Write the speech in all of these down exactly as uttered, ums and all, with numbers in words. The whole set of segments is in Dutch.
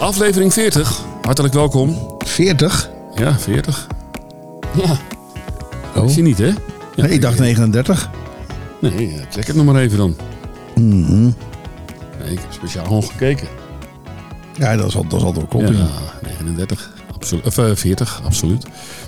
Aflevering veertig. Hartelijk welkom. veertig? Ja, veertig. Ja. Dat Oh. is je niet, hè? Ja, Nee, ik dacht negenendertig. Nee, check het nog maar even dan. Mm-hmm. Nee, ik heb speciaal gewoon gekeken. Ja, dat is, al, dat is altijd wel klopt. Ja, Ja. negenendertig. Absoluut. Of uh, veertig, absoluut.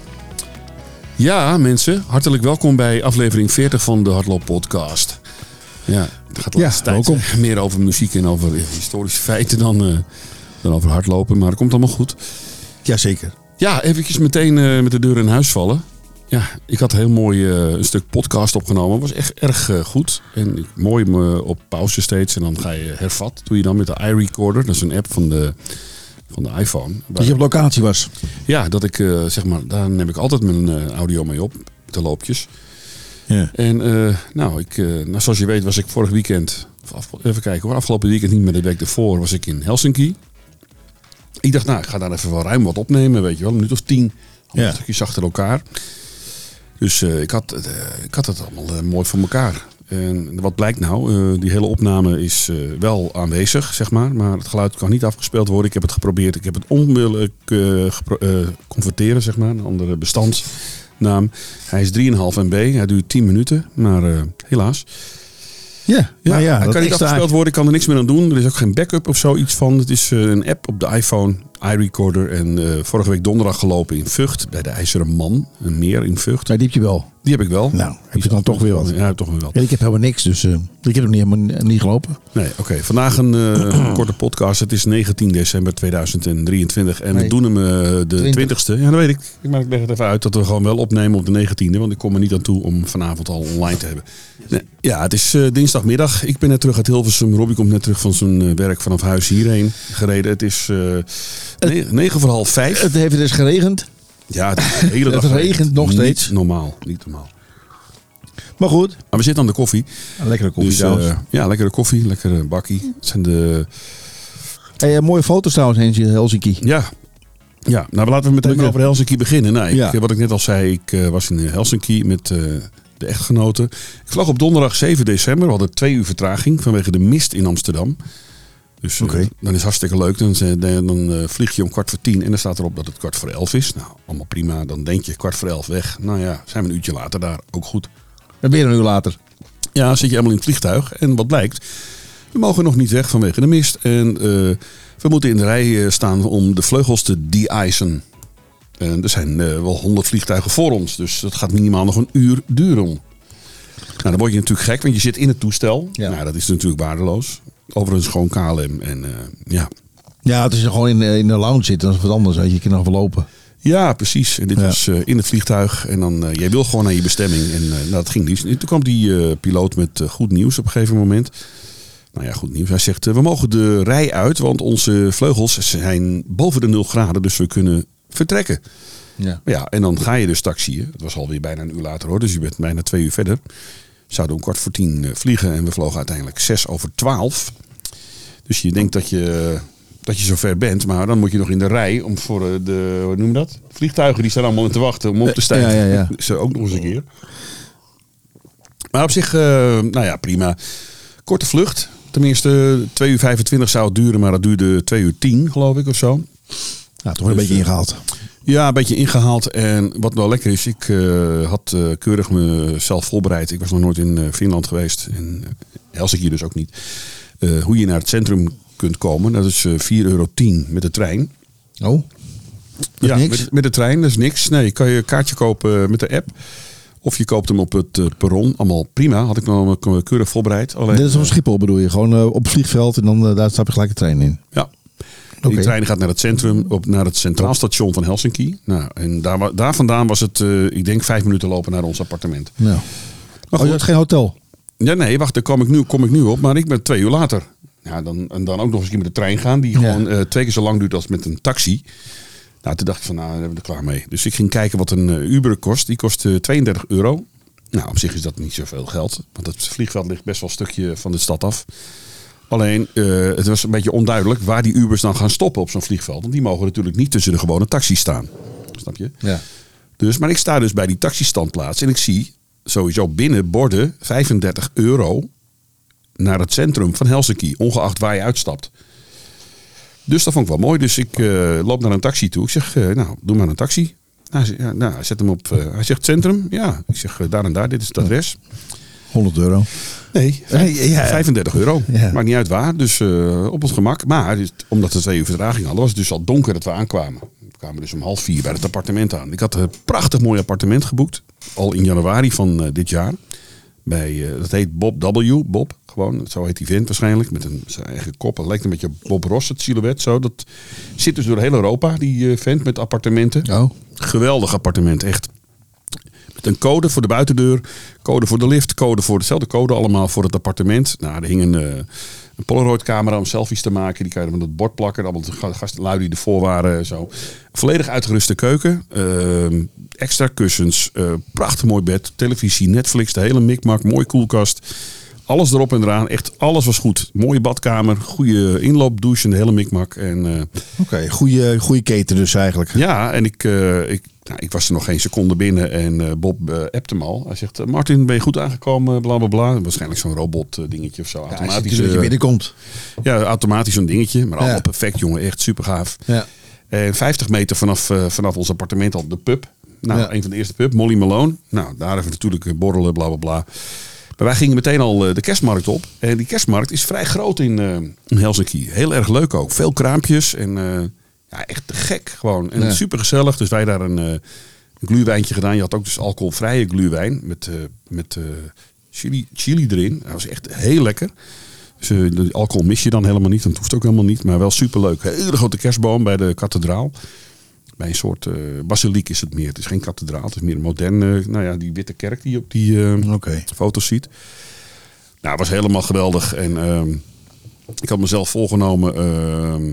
Ja, mensen. Hartelijk welkom bij aflevering veertig van de Hardloop podcast. Ja, het gaat de Ja, laatste tijd welkom. meer over muziek en over historische feiten dan, uh, dan over hardlopen. Maar dat komt allemaal goed. Jazeker. Ja, eventjes meteen uh, met de deur in huis vallen. Ja, ik had heel mooi uh, een stuk podcast opgenomen. Het was echt erg uh, goed. En ik, mooi me op pauze steeds. En dan ga je hervat. Doe je dan met de iRecorder. Dat is een app van de, van de iPhone. Dat je op locatie was. Ja, dat ik uh, zeg maar, daar neem ik altijd mijn uh, audio mee op. De loopjes. Ja. En uh, nou, ik, uh, nou, zoals je weet was ik vorig weekend. Af, even kijken hoor. Afgelopen weekend niet, maar de week ervoor was ik in Helsinki. Ik dacht, nou, ik ga daar even wel ruim wat opnemen. Weet je wel, een minuut of tien. Ja. Stukjes achter elkaar. Dus uh, ik, had, uh, ik had het allemaal uh, mooi voor elkaar. En wat blijkt nou? Uh, die hele opname is uh, wel aanwezig, zeg maar. Maar het geluid kan niet afgespeeld worden. Ik heb het geprobeerd. Ik heb het onmiddellijk uh, gepro- uh, converteren, zeg maar. Een andere bestandsnaam. Hij is drie komma vijf M B. Hij duurt tien minuten. Maar uh, helaas. Ja, Ja, maar ja, hij dat kan niet extra- afgespeeld worden. Ik kan er niks meer aan doen. Er is ook geen backup of zoiets van. Het is uh, een app op de iPhone, iRecorder. En uh, vorige week donderdag gelopen in Vught. Bij de IJzeren Man. Een meer in Vught. Maar die heb je wel. Die heb ik wel. Nou, heb je dan toch weer wat. Ja, toch weer wat. Ja, ik heb helemaal niks, dus uh, ik heb hem niet, helemaal niet gelopen. Nee, oké. Okay. Vandaag een uh, korte podcast. Het is negentien december tweeduizend drieëntwintig. En Nee. we doen hem uh, de twintig. twintigste. Ja, dat weet ik. Ik, maar ik leg het even uit dat we gewoon wel opnemen op de negentiende. Want ik kom er niet aan toe om vanavond al online te hebben. Nee, ja, het is uh, dinsdagmiddag. Ik ben net terug uit Hilversum. Robbie komt net terug van zijn uh, werk vanaf huis hierheen gereden. Het is uh, negen, negen voor half vijf. Het heeft dus geregend. Ja, het is de hele dag Het regent nog niet steeds. normaal. Niet normaal. Maar goed. Maar we zitten aan de koffie. Een lekkere koffie Dus, trouwens. uh, ja, lekkere koffie. Lekkere bakkie. Het zijn de... Hey, uh, mooie foto's trouwens in Helsinki. Ja. Ja, nou laten we meteen Leuk, maar over Helsinki beginnen. Nou, ik, Ja. wat ik net al zei, ik uh, was in Helsinki met uh, de echtgenoten. Ik vloog op donderdag zeven december. We hadden twee uur vertraging vanwege de mist in Amsterdam. Dus uh, Oké. dan is het hartstikke leuk. Dan, dan, dan uh, vlieg je om kwart voor tien en dan staat erop dat het kwart voor elf is. Nou, allemaal prima. Dan denk je kwart voor elf weg. Nou ja, zijn we een uurtje later daar. Ook goed. En weer een uur later. Ja, zit je helemaal in het vliegtuig. En wat blijkt, we mogen nog niet weg vanwege de mist. En uh, we moeten in de rij uh, staan om de vleugels te de-icen. En er zijn uh, wel honderd vliegtuigen voor ons. Dus dat gaat minimaal nog een uur duren. Nou, dan word je natuurlijk gek, want je zit in het toestel. Ja. Nou, dat is natuurlijk waardeloos. Overigens gewoon K L M. En uh, ja... Ja, het is gewoon in, in de lounge zitten. Dat is wat anders. Weet je. Je kan nog wel lopen. Ja, precies. En dit Ja. was uh, in het vliegtuig. En dan, uh, jij wil gewoon naar je bestemming. En uh, nou, dat ging niet. En toen kwam die uh, piloot met uh, goed nieuws op een gegeven moment. Nou ja, goed nieuws. Hij zegt, uh, we mogen de rij uit, want onze vleugels zijn boven de nul graden. Dus we kunnen vertrekken. Ja. Ja, en dan ga je dus taxiën. Het was alweer bijna een uur later hoor. Dus je bent bijna twee uur verder. Zouden om kwart voor tien uh, vliegen. En we vlogen uiteindelijk zes over twaalf. Dus je denkt dat je... Uh, dat je zover bent, maar dan moet je nog in de rij om voor de, hoe noem je dat? Vliegtuigen die staan allemaal in te wachten om op te stijgen. Ja, ja, ja. Dus ook nog eens een keer. Maar op zich, uh, nou ja, prima. Korte vlucht. Tenminste, twee uur vijfentwintig zou het duren, maar dat duurde twee uur tien, geloof ik, of zo. Ja, toch een Dus, beetje ingehaald. Ja, een beetje ingehaald. En wat wel lekker is, ik uh, had uh, keurig mezelf voorbereid. Ik was nog nooit in uh, Finland geweest. En uh, Helsinki dus ook niet. Uh, hoe je naar het centrum kunt komen. Dat is uh, vier euro tien met de trein. Oh, dat is Ja, niks. met, met de trein, dat is niks. Nee, je kan je kaartje kopen met de app. Of je koopt hem op het uh, perron. Allemaal prima. Had ik nog uh, keurig voorbereid. Alleen, Dit is op Schiphol bedoel je? Gewoon uh, op het vliegveld en dan uh, daar stap je gelijk de trein in. Ja. Oké. Die trein gaat naar het centrum, op, naar het centraal station van Helsinki. Nou, en daar, wa- daar vandaan was het, uh, ik denk, vijf minuten lopen naar ons appartement. Ja. Maar Oh, je goed. had geen hotel? Ja, nee, wacht, daar kom ik nu, kom ik nu op. Maar ik ben twee uur later. Ja, dan, en dan ook nog eens een keer met de trein gaan. Die Ja. gewoon uh, twee keer zo lang duurt als met een taxi. Nou, toen dacht ik van, nou, daar hebben we er klaar mee. Dus ik ging kijken wat een uh, Uber kost. Die kost uh, tweeëndertig euro. Nou, op zich is dat niet zoveel geld. Want het vliegveld ligt best wel een stukje van de stad af. Alleen, uh, het was een beetje onduidelijk waar die Ubers dan gaan stoppen op zo'n vliegveld. Want die mogen natuurlijk niet tussen de gewone taxis staan. Snap je? Ja. Dus, maar ik sta dus bij die taxistandplaats en ik zie sowieso binnen borden vijfendertig euro naar het centrum van Helsinki, ongeacht waar je uitstapt. Dus dat vond ik wel mooi. Dus ik uh, loop naar een taxi toe. Ik zeg, uh, nou, doe maar een taxi. Nou, ja, nou, hij zet hem op. Uh, hij zegt centrum. Ja, ik zeg uh, daar en daar. Dit is het adres. honderd euro. Nee, vijf, ja, vijfendertig euro. Ja. Maakt niet uit waar. Dus uh, op ons gemak. Maar dus, omdat we twee uur vertraging hadden, was het dus al donker dat we aankwamen. We kwamen dus om half vier bij het appartement aan. Ik had een prachtig mooi appartement geboekt. Al in januari van uh, dit jaar. Bij, uh, dat heet Bob W. Bob, gewoon. Zo heet die vent waarschijnlijk. Met een, zijn eigen kop. Het lijkt een beetje op Bob Ross, het silhouet. Zo. Dat zit dus door heel Europa, die uh, vent met appartementen. Oh. Geweldig appartement, echt. Met een code voor de buitendeur. Code voor de lift. Code voor dezelfde code allemaal voor het appartement. Nou, er hing een, uh, een Polaroid camera om selfies te maken. Die kan je met dat bord plakken. Allemaal de gastlui die ervoor waren. Zo. Volledig uitgeruste keuken. Uh, extra kussens. Uh, prachtig mooi bed. Televisie, Netflix, de hele mikmak. Mooie koelkast. Alles erop en eraan. Echt alles was goed. Mooie badkamer. Goede inloopdouche. De hele mikmak. En, uh, Oké, okay, goede, goede keten dus eigenlijk. Ja, en ik... Uh, ik Nou, ik was er nog geen seconde binnen en uh, Bob uh, appte hem al. Hij zegt, uh, Martin, ben je goed aangekomen? Bla, bla, bla. Waarschijnlijk zo'n robot uh, dingetje of zo. Ja, automatisch, dat je binnenkomt. Ja, automatisch zo'n dingetje. Maar allemaal ja. perfect, jongen. Echt super gaaf. Ja. En vijftig meter vanaf, uh, vanaf ons appartement al de pub. Nou, ja. een van de eerste pub, Molly Malone. Nou, daar even natuurlijk borrelen, bla, bla, bla. Maar wij gingen meteen al uh, de kerstmarkt op. En die kerstmarkt is vrij groot in, uh, in Helsinki. Heel erg leuk ook. Veel kraampjes en uh, ja, echt te gek gewoon. En ja. super gezellig. Dus wij daar een... Uh, Een gluwijntje gedaan. Je had ook dus alcoholvrije gluwijn met, uh, met uh, chili, chili erin. Dat was echt heel lekker. Dus uh, de alcohol mis je dan helemaal niet. Dat hoeft ook helemaal niet. Maar wel superleuk. Hele grote kerstboom bij de kathedraal. Bij een soort uh, basiliek is het meer. Het is geen kathedraal. Het is meer een moderne, nou ja, die witte kerk die je op die uh, okay. foto's ziet. Nou, het was helemaal geweldig. En uh, ik had mezelf voorgenomen... Uh,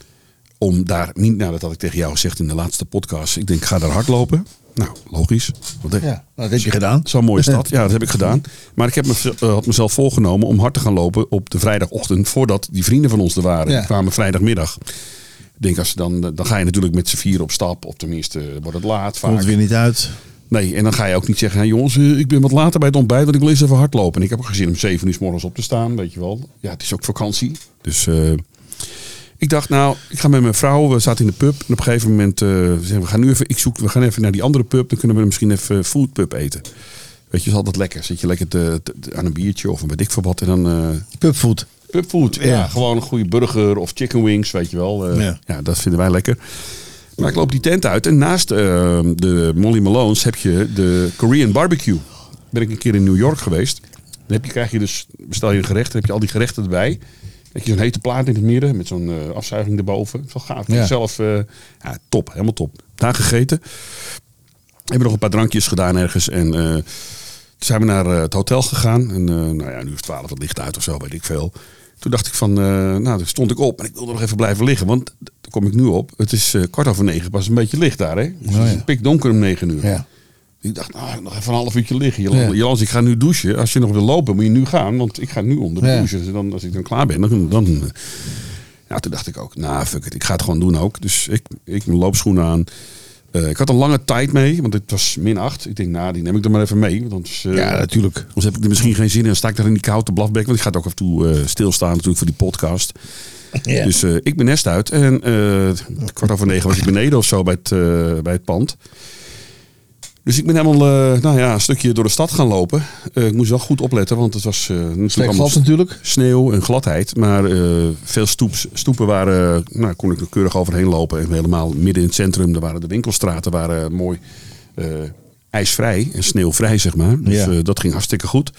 om daar niet, nou dat had ik tegen jou gezegd in de laatste podcast. Ik denk, ik ga daar hardlopen. Nou, logisch. Wat heb, ja, dat heb je gedaan. Zo'n mooie stad. Ja, dat heb ik gedaan. Maar ik heb me, uh, had mezelf voorgenomen om hard te gaan lopen op de vrijdagochtend. Voordat die vrienden van ons er waren. Ja. Die kwamen vrijdagmiddag. Ik denk, als ze dan, dan ga je natuurlijk met z'n vier op stap. Of tenminste, wordt het laat. Vaak. Komt weer niet uit. Nee, en dan ga je ook niet zeggen, hey, jongens, ik ben wat later bij het ontbijt, want ik wil eens even hardlopen. En ik heb ook gezin om zeven uur 's morgens op te staan, weet je wel. Ja, het is ook vakantie. Dus... Uh, Ik dacht, nou, ik ga met mijn vrouw, we zaten in de pub. En op een gegeven moment, uh, we, zeggen, we gaan nu even, ik zoek, we gaan even naar die andere pub. Dan kunnen we misschien even foodpub eten. Weet je, is altijd lekker. Zit je lekker te, te, aan een biertje of een weet ik veel wat. En dan... Uh, Pubfood. Pubfood, ja. ja. Gewoon een goede burger of chicken wings, weet je wel. Uh, ja. ja, dat vinden wij lekker. Maar ik loop die tent uit. En naast uh, de Molly Malone's heb je de Korean barbecue. Ben ik een keer in New York geweest. Dan heb je, krijg je dus, bestel je een gerecht, dan heb je al die gerechten erbij. Dat je zo'n hete plaat in het midden met zo'n uh, afzuiging erboven. Dat is wel gaaf. Ja. Zelf, uh, ja, top. Helemaal top. Daar gegeten. Hebben nog een paar drankjes gedaan ergens. En uh, toen zijn we naar uh, het hotel gegaan. En uh, nou ja, nu is twaalf, het licht uit of zo, weet ik veel. Toen dacht ik van, uh, nou, toen stond ik op. En ik wilde nog even blijven liggen. Want, daar kom ik nu op. Het is uh, kwart over negen, pas een beetje licht daar, hè. Dus oh, ja. Het is pikdonker om negen uur. Ja. Ik dacht, nou, nog even een half uurtje liggen. Jolans, ja. Jolans, ik ga nu douchen. Als je nog wil lopen, moet je nu gaan. Want ik ga nu onder de ja. douche. Dus dan, als ik dan klaar ben, dan... dan ja, toen dacht ik ook, nou, fuck it. Ik ga het gewoon doen ook. Dus ik, ik mijn loopschoenen aan. Uh, ik had een lange tijd mee, want het was min acht. Ik denk, nou, die neem ik er maar even mee. Want anders, uh, ja, natuurlijk. Anders heb ik er misschien geen zin in. Dan sta ik daar in die koude blafbek. Want ik ga het ook af en toe uh, stilstaan natuurlijk voor die podcast. Ja. Dus uh, ik ben nest uit. En uh, kwart over negen was ik beneden of zo bij het, uh, bij het pand. Dus ik ben helemaal uh, nou ja, een stukje door de stad gaan lopen. Uh, ik moest wel goed opletten, want het was uh, natuurlijk glad natuurlijk. Sneeuw en gladheid. Maar uh, veel stoeps, stoepen waren, nou kon ik er keurig overheen lopen. En helemaal midden in het centrum, daar waren de winkelstraten waren mooi uh, ijsvrij en sneeuwvrij, zeg maar. Dus ja. uh, dat ging hartstikke goed.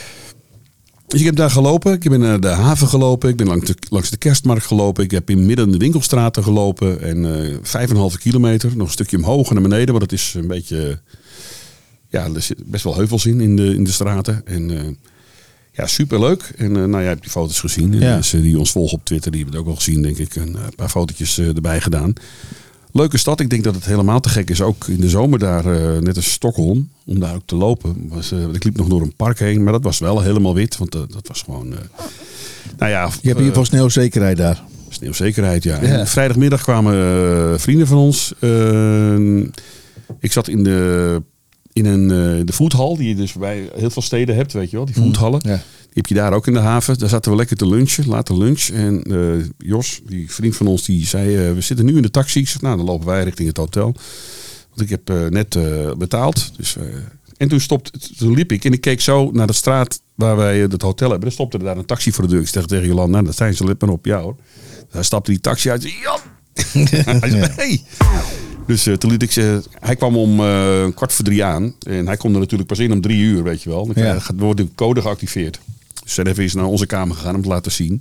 Dus ik heb daar gelopen. Ik ben naar de haven gelopen. Ik ben langs de, langs de kerstmarkt gelopen. Ik heb in midden de winkelstraten gelopen. En uh, vijf en een halve kilometer. Nog een stukje omhoog en naar beneden. Want het is een beetje... Ja, er zit best wel heuvels in, in de, in de straten. En uh, ja, superleuk. En uh, nou ja, je hebt die foto's gezien. Ja. Mensen die ons volgen op Twitter, die hebben het ook al gezien, denk ik. Een uh, paar fotootjes uh, erbij gedaan. Leuke stad. Ik denk dat het helemaal te gek is. Ook in de zomer daar, uh, net als Stockholm, om daar ook te lopen. Was, uh, ik liep nog door een park heen, maar dat was wel helemaal wit. Want uh, dat was gewoon... Uh, nou ja, je hebt hier uh, wel sneeuwzekerheid daar. Sneeuwzekerheid, ja. ja. Vrijdagmiddag kwamen uh, vrienden van ons. Uh, ik zat in de... in een, uh, de foodhal, die je dus bij heel veel steden hebt, weet je wel, die foodhallen. Ja. Die heb je daar ook in de haven. Daar zaten we lekker te lunchen, later lunch. En uh, Jos, die vriend van ons, die zei, uh, we zitten nu in de taxi. Ik zeg, nou, dan lopen wij richting het hotel. Want ik heb uh, net uh, betaald. Dus, uh, en toen, stopte, toen liep ik en ik keek zo naar de straat waar wij het hotel hebben. Er stopte er daar een taxi voor de deur. Ik zeg tegen Jolanda, nou, dat zijn ze, let maar op. Ja hoor. Daar stapte die taxi uit. Ja. Hij zei, hey. Dus uh, toen liet ik ze. Hij kwam om uh, kwart voor drie aan. En hij komt er natuurlijk pas in om drie uur, weet je wel. Dan ja. gaat, wordt de code geactiveerd. Dus zijn even eens naar onze kamer gegaan om te laten zien.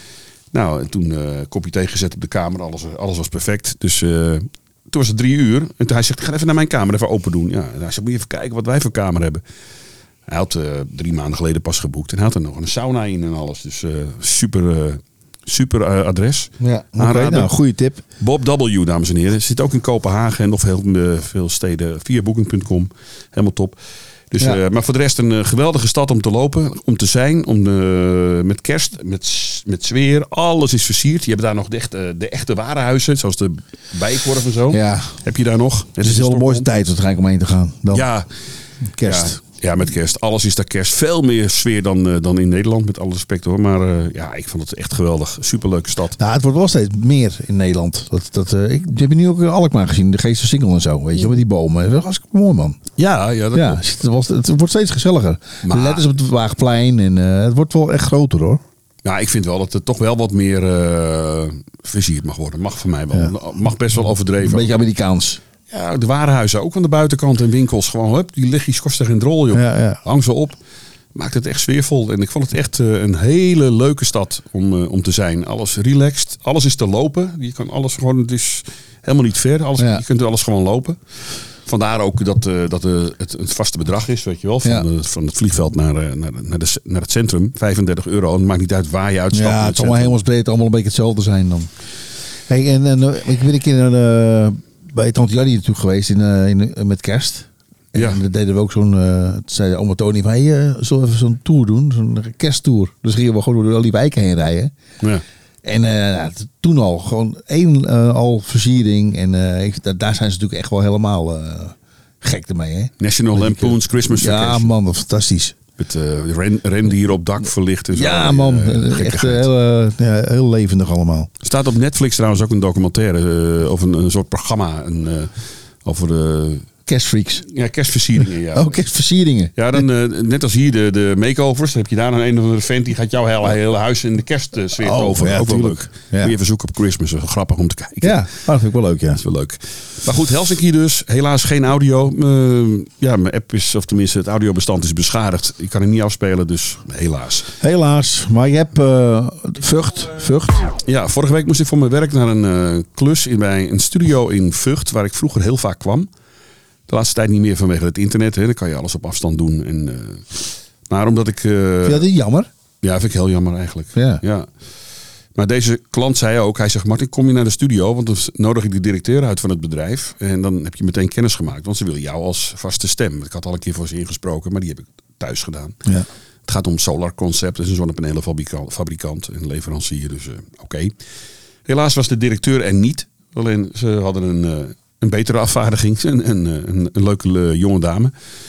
Nou, en toen uh, kopje thee gezet op de kamer. Alles, alles was perfect. Dus uh, toen was het drie uur. En toen hij zegt, ik ga even naar mijn kamer even open doen. Ja, en hij zegt, moet je even kijken wat wij voor kamer hebben. Hij had uh, drie maanden geleden pas geboekt. En hij had er nog een sauna in en alles. Dus uh, super... Uh, Super uh, adres. Ja, okay, nou, goede tip. Bob W, dames en heren. Zit ook in Kopenhagen en nog heel uh, veel steden via booking punt com. Helemaal top. Dus, ja. uh, maar voor de rest een uh, geweldige stad om te lopen, om te zijn. Om uh, met kerst, met, met sfeer. Alles is versierd. Je hebt daar nog de echte, de echte warenhuizen, zoals de Bijenkorf en zo. Ja. Heb je daar nog? Het, het is wel de mooiste tijd waarschijnlijk om heen te gaan. Dan. Ja. Kerst. Ja. Ja, met kerst. Alles is daar kerst. Veel meer sfeer dan, uh, dan in Nederland, met alle respect hoor. Maar uh, ja, ik vond het echt geweldig. Superleuke stad. Nou, het wordt wel steeds meer in Nederland. Dat, dat, uh, ik heb je nu ook in Alkmaar gezien, de Geestersingel en zo. Weet je, met die bomen. Dat is hartstikke mooi, man. Ja, ja, dat ja het, was, het wordt steeds gezelliger. Maar, de letters op het Waagplein en uh, het wordt wel echt groter hoor. Ja, ik vind wel dat het toch wel wat meer uh, versierd mag worden. Mag voor mij wel. Ja. Mag best wel overdreven. Een beetje Amerikaans. Ja, de warenhuizen ook aan de buitenkant en winkels. Gewoon, hup, die lichtjes kosten geen drol, joh. Ja, ja. Hang ze op. Maakt het echt sfeervol. En ik vond het echt uh, een hele leuke stad om, uh, om te zijn. Alles relaxed. Alles is te lopen. Je kan alles gewoon, het is helemaal niet ver. Alles, ja. Je kunt alles gewoon lopen. Vandaar ook dat, uh, dat uh, het een vaste bedrag is, weet je wel. Van, ja. uh, van het vliegveld naar, uh, naar, naar, de, naar het centrum. vijfendertig euro. En het maakt niet uit waar je uitstapt. Ja, het zal maar helemaal breed allemaal een beetje hetzelfde zijn dan. Hey, en, en uh, ik ben een keer uh, bij Tante Jannie natuurlijk geweest in, uh, in, uh, met kerst. En ja. dan deden we ook zo'n, uh, zei oma Tony van, hey, uh, zullen we even zo'n tour doen? Zo'n kersttour. Dus gingen we gewoon door al die wijken heen rijden. Ja. En uh, toen al, gewoon één uh, al versiering. En uh, ik, daar zijn ze natuurlijk echt wel helemaal uh, gek ermee. Hè? National Lampoon's Christmas Vacation. Ja man, fantastisch. Met uh, ren, rendier op dak verlicht en zo. Ja man, uh, echt uh, heel, uh, ja, heel levendig allemaal. Er staat op Netflix trouwens ook een documentaire uh, over een, een soort programma. Een, uh, over de... Kerstfreaks. Ja, kerstversieringen. Ja. Oh, kerstversieringen. Ja, dan uh, net als hier de, de makeovers. Dan heb je daar een een of andere vent die gaat jouw hele, hele huis in de kerstsfeer oh, over. Ja, ook wel tuurlijk. leuk. Ja. Moet je even zoeken op Christmas. Dat is grappig om te kijken. Ja, dat vind ik wel leuk. Ja. Dat is wel leuk. Maar goed, Helsinki dus. Helaas geen audio. Uh, ja, mijn app is, of tenminste het audiobestand is beschadigd. Ik kan het niet afspelen, dus helaas. Helaas. Maar je hebt uh, Vught. Vught. Ja, vorige week moest ik voor mijn werk naar een uh, klus in, bij een studio in Vught, waar ik vroeger heel vaak kwam. De laatste tijd niet meer vanwege het internet. Hè. Dan kan je alles op afstand doen. En, uh, maar omdat ik... Uh, vind je dat jammer? Ja, vind ik heel jammer eigenlijk. Ja. ja. Maar deze klant zei ook... Hij zegt, Martin, kom je naar de studio? Want dan nodig ik de directeur uit van het bedrijf. En dan heb je meteen kennis gemaakt. Want ze willen jou als vaste stem. Ik had al een keer voor ze ingesproken. Maar die heb ik thuis gedaan. Ja. Het gaat om Solar Concept. Dat is een zonnepanelenfabrikant en leverancier. Dus uh, oké. Okay. Helaas was de directeur er niet. Alleen ze hadden een... Uh, Een betere afvaardiging. Een, een, een, een leuke uh, jonge dame.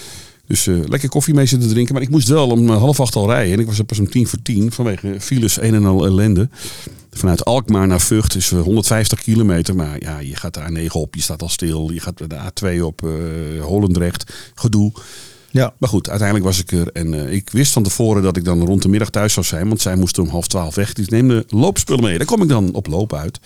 Dus uh, lekker koffie mee zitten drinken. Maar ik moest wel om uh, half acht al rijden. En ik was er pas om tien voor tien. Vanwege files een en al ellende. Vanuit Alkmaar naar Vught is uh, honderdvijftig kilometer. Maar ja, je gaat de A negen op. Je staat al stil. Je gaat de A twee op. Uh, Holendrecht. Gedoe. Ja. Maar goed, uiteindelijk was ik er. En uh, ik wist van tevoren dat ik dan rond de middag thuis zou zijn. Want zij moesten om half twaalf weg. Dus neem de loopspullen mee. Daar kom ik dan op loop uit.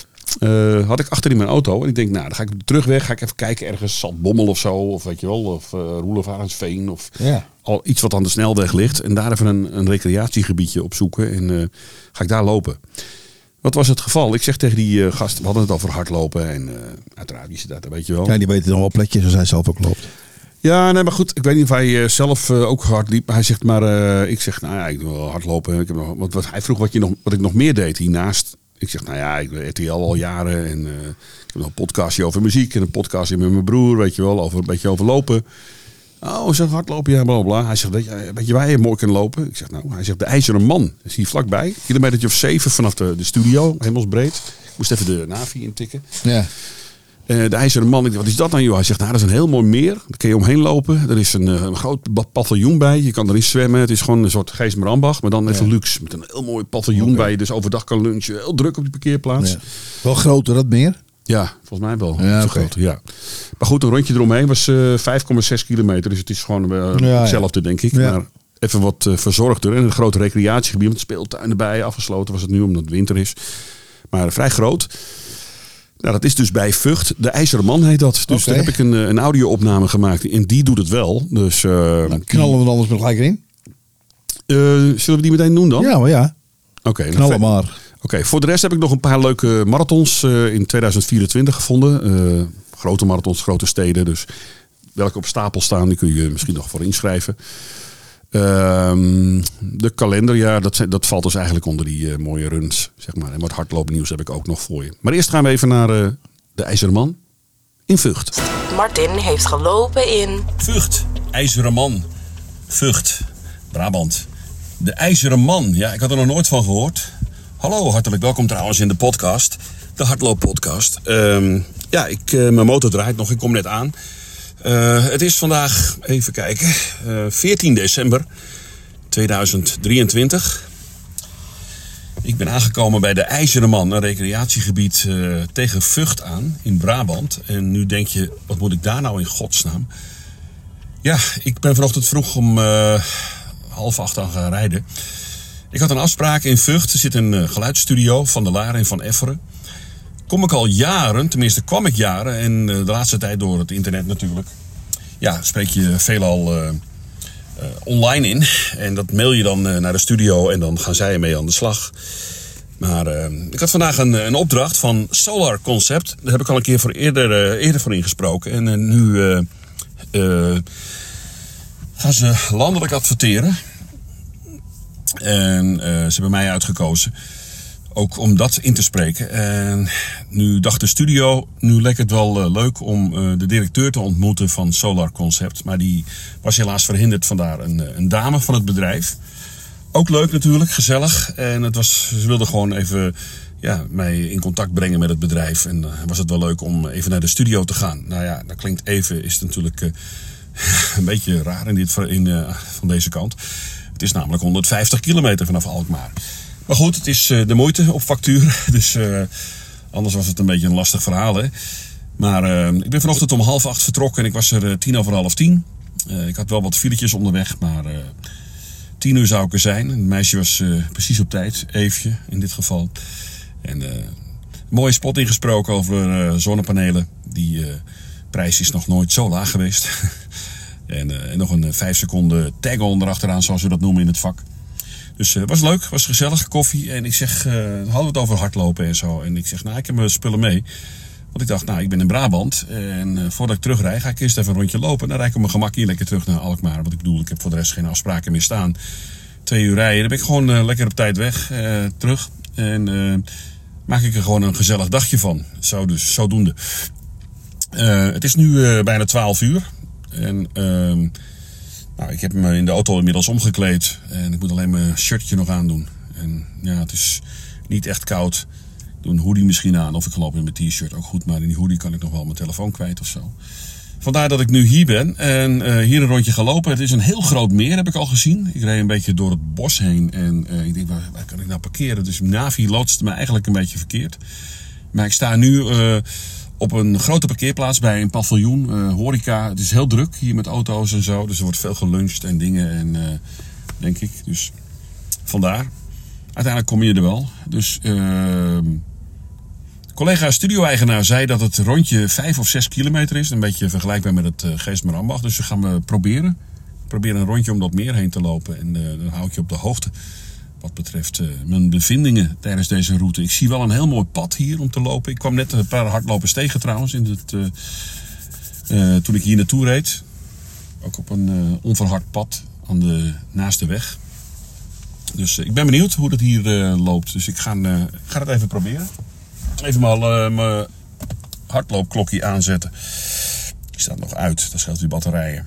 Uh, had ik achter in mijn auto. En ik denk, nou, dan ga ik op de terugweg. Ga ik even kijken ergens. Zaltbommel of zo. Of weet je wel. Of uh, Roelofarensveen. Of ja. al iets wat aan de snelweg ligt. En daar even een, een recreatiegebiedje opzoeken. En uh, ga ik daar lopen. Wat was het geval? Ik zeg tegen die uh, gast. We hadden het over hardlopen. En uh, uiteraard, die zit daar, weet je wel. Ja, die weten dan wel plekjes als hij zelf ook loopt. Ja, nee, maar goed. Ik weet niet of hij uh, zelf uh, ook hard liep. Hij zegt maar, uh, ik zeg, nou ja, ik wil wel hardlopen. Ik heb nog, wat, wat, hij vroeg wat, je nog, wat ik nog meer deed hiernaast. Ik zeg, nou ja, ik ben R T L al jaren. En uh, ik heb nog een podcastje over muziek. En een podcastje met mijn broer, weet je wel. Over een beetje over lopen. Oh, zo hardlopen, ja, bla bla. Hij zegt, weet je, weet je waar je mooi kan lopen? Ik zeg, nou, hij zegt, de IJzeren Man. Is hier vlakbij. Kilometertje of zeven vanaf de, de studio. Hemelsbreed. Ik moest even de Navi intikken. Ja. Uh, de IJzeren Man, ik, wat is dat nou joh? Hij zegt, nou dat is een heel mooi meer. Daar kun je omheen lopen. Er is een, een groot paviljoen bij. Je kan erin zwemmen. Het is gewoon een soort Geestmerambach, maar dan even ja. luxe. Met een heel mooi paviljoen okay. bij je dus overdag kan lunchen. Heel druk op die parkeerplaats. Ja. Wel groter, dat meer? Ja, volgens mij wel. Ja, okay. groter, ja. Maar goed, een rondje eromheen was uh, vijf komma zes kilometer. Dus het is gewoon uh, ja, hetzelfde, ja. denk ik. Ja. Maar even wat uh, verzorgder. En een groot recreatiegebied met speeltuin erbij. Afgesloten was het nu, omdat het winter is. Maar uh, vrij groot. Nou, dat is dus bij Vught. De IJzeren Man heet dat. Dus okay. daar heb ik een, een audio-opname gemaakt. En die doet het wel. Dus, uh, nou, knallen we dan anders met gelijk in? Uh, zullen we die meteen doen dan? Ja, maar ja. Oké. Okay, knallen nou, maar. Oké, okay, voor de rest heb ik nog een paar leuke marathons uh, in tweeduizend vierentwintig gevonden. Uh, grote marathons, grote steden. Dus welke op stapel staan, die kun je misschien nog voor inschrijven. Uh, de kalender, ja, dat, dat valt dus eigenlijk onder die uh, mooie runs, zeg maar. En wat hardloopnieuws heb ik ook nog voor je. Maar eerst gaan we even naar uh, de IJzeren Man in Vught. Martin heeft gelopen in Vught, IJzeren Man, Vught, Brabant. De IJzeren Man, ja, ik had er nog nooit van gehoord. Hallo, hartelijk welkom trouwens in de podcast, de hardlooppodcast. Uh, ja, ik, uh, mijn motor draait nog, ik kom net aan. Uh, het is vandaag, even kijken, uh, veertien december tweeduizend drieëntwintig. Ik ben aangekomen bij de IJzeren Man, een recreatiegebied uh, tegen Vught aan in Brabant. En nu denk je, wat moet ik daar nou in godsnaam? Ja, ik ben vanochtend vroeg om uh, half acht aan gaan rijden. Ik had een afspraak in Vught. Er zit een uh, geluidsstudio van de Laar en van Efferen. Kom ik al jaren, tenminste kwam ik jaren, en uh, de laatste tijd door het internet natuurlijk. Ja, spreek je veelal uh, uh, online in. En dat mail je dan uh, naar de studio en dan gaan zij ermee aan de slag. Maar uh, ik had vandaag een, een opdracht van Solar Concept. Daar heb ik al een keer voor eerder, uh, eerder voor ingesproken. En uh, nu uh, uh, gaan ze landelijk adverteren. En uh, ze hebben mij uitgekozen. Ook om dat in te spreken. En nu dacht de studio, nu leek het wel uh, leuk om uh, de directeur te ontmoeten van Solar Concept. Maar die was helaas verhinderd, vandaar een, een dame van het bedrijf. Ook leuk natuurlijk, gezellig. En het was, ze wilde gewoon even ja, mij in contact brengen met het bedrijf. En uh, was het wel leuk om even naar de studio te gaan. Nou ja, dat klinkt even, is het natuurlijk uh, een beetje raar in dit, in, uh, van deze kant. Het is namelijk honderdvijftig kilometer vanaf Alkmaar. Maar goed, het is uh, de moeite op factuur. Dus uh, anders was het een beetje een lastig verhaal. Hè? Maar uh, ik ben vanochtend om half acht vertrokken en ik was er uh, tien over half tien. Uh, ik had wel wat filetjes onderweg, maar uh, tien uur zou ik er zijn. Het meisje was uh, precies op tijd, Eefje in dit geval. En uh, een mooie spot ingesproken over uh, zonnepanelen. Die uh, prijs is nog nooit zo laag geweest. en, uh, en nog een uh, vijf seconden tag-on erachteraan, zoals we dat noemen in het vak. Dus het uh, was leuk, was gezellig, koffie. En ik zeg, uh, hadden we het over hardlopen en zo. En ik zeg, nou, ik heb mijn spullen mee. Want ik dacht, nou, ik ben in Brabant. En uh, voordat ik terugrijd, ga ik eerst even een rondje lopen. Dan rijd ik op mijn gemak hier lekker terug naar Alkmaar. Want ik bedoel, ik heb voor de rest geen afspraken meer staan. Twee uur rijden, dan ben ik gewoon uh, lekker op tijd weg, uh, terug. En uh, maak ik er gewoon een gezellig dagje van. Zo dus, zodoende. Uh, het is nu uh, bijna twaalf uur. En... Uh, Nou, ik heb me in de auto inmiddels omgekleed en ik moet alleen mijn shirtje nog aandoen. En ja, het is niet echt koud. Ik doe een hoodie misschien aan of ik loop in mijn t-shirt ook goed. Maar in die hoodie kan ik nog wel mijn telefoon kwijt of zo. Vandaar dat ik nu hier ben en uh, hier een rondje ga lopen. Het is een heel groot meer, heb ik al gezien. Ik reed een beetje door het bos heen en uh, ik denk, waar, waar kan ik nou parkeren? Dus Navi loodste me eigenlijk een beetje verkeerd. Maar ik sta nu... Uh, op een grote parkeerplaats bij een paviljoen, uh, horeca. Het is heel druk hier met auto's en zo. Dus er wordt veel geluncht en dingen, en, uh, denk ik. Dus vandaar. Uiteindelijk kom je er wel. Dus uh, collega studio-eigenaar zei dat het rondje vijf of zes kilometer is. Een beetje vergelijkbaar met het uh, Geestmerambach. Dus we gaan we proberen. Proberen een rondje om dat meer heen te lopen. En uh, dan hou ik je op de hoogte. Wat betreft uh, mijn bevindingen tijdens deze route. Ik zie wel een heel mooi pad hier om te lopen. Ik kwam net een paar hardlopers tegen trouwens. In het, uh, uh, toen ik hier naartoe reed. Ook op een uh, onverhard pad aan de, naast de weg. Dus uh, ik ben benieuwd hoe dat hier uh, loopt. Dus ik ga, uh, ga het even proberen. Even maar uh, mijn hardloopklokje aanzetten. Die staat nog uit. Dat scheelt die batterijen.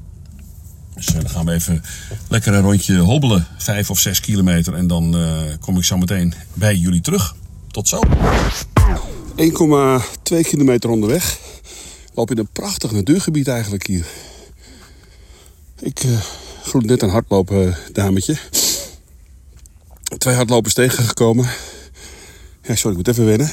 Dus dan gaan we even lekker een rondje hobbelen. Vijf of zes kilometer. En dan uh, kom ik zo meteen bij jullie terug. Tot zo. één komma twee kilometer onderweg. Ik loop in een prachtig natuurgebied eigenlijk hier. Ik uh, groet net een hardlopen dametje. Twee hardlopers tegengekomen. Ja, sorry, ik moet even wennen.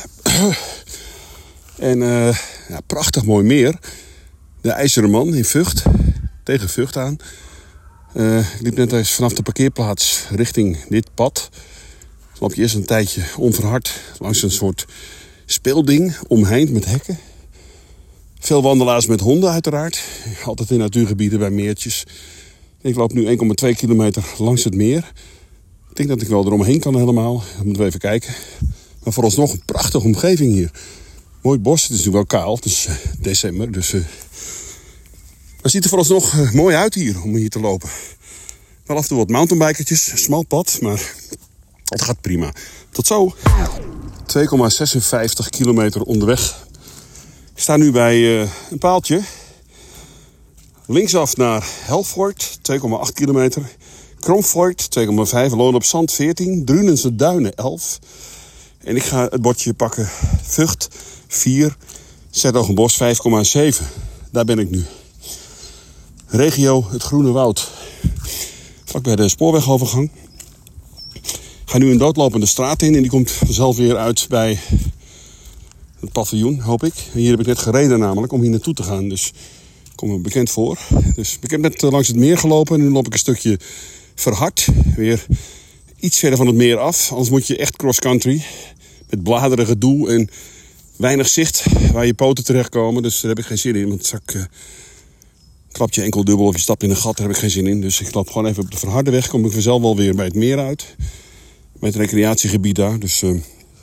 En uh, ja, prachtig mooi meer. De IJzeren Man in Vught. Tegen Vught aan. Uh, ik liep net eens vanaf de parkeerplaats richting dit pad. Dan loop je eerst een tijdje onverhard langs een soort speelding. Omheind met hekken. Veel wandelaars met honden uiteraard. Altijd in natuurgebieden bij meertjes. Ik loop nu één komma twee kilometer langs het meer. Ik denk dat ik wel eromheen kan helemaal. Dan moeten we even kijken. Maar vooralsnog een prachtige omgeving hier. Mooi bos. Het is natuurlijk wel kaal. Het is uh, december. Dus uh, het ziet er vooralsnog uh, mooi uit hier om hier te lopen. Wel af en toe wat mountainbikertjes. Smal pad. Maar het gaat prima. Tot zo. twee komma zesenvijftig kilometer onderweg. Ik sta nu bij uh, een paaltje. Linksaf naar Helvoort. twee komma acht kilometer. Kromvoort, twee komma vijf, Loon op Zand, veertien, Drunense Duinen, elf. En ik ga het bordje pakken, Vught, vier, Zertogenbosch, vijf komma zeven. Daar ben ik nu. Regio het Groene Woud. Vlak bij de spoorwegovergang. Ik ga nu een doodlopende straat in en die komt vanzelf weer uit bij het paviljoen, hoop ik. Hier heb ik net gereden namelijk om hier naartoe te gaan, dus kom me bekend voor. Dus ik heb net langs het meer gelopen en nu loop ik een stukje verhard. Weer iets verder van het meer af. Anders moet je echt cross-country. Met bladeren gedoe en weinig zicht waar je poten terechtkomen. Dus daar heb ik geen zin in. Want straks uh, klap je enkel dubbel of je stapt in een gat. Daar heb ik geen zin in. Dus ik loop gewoon even op de verharde weg. Kom ik vanzelf wel weer bij het meer uit. Bij het recreatiegebied daar. Dus uh,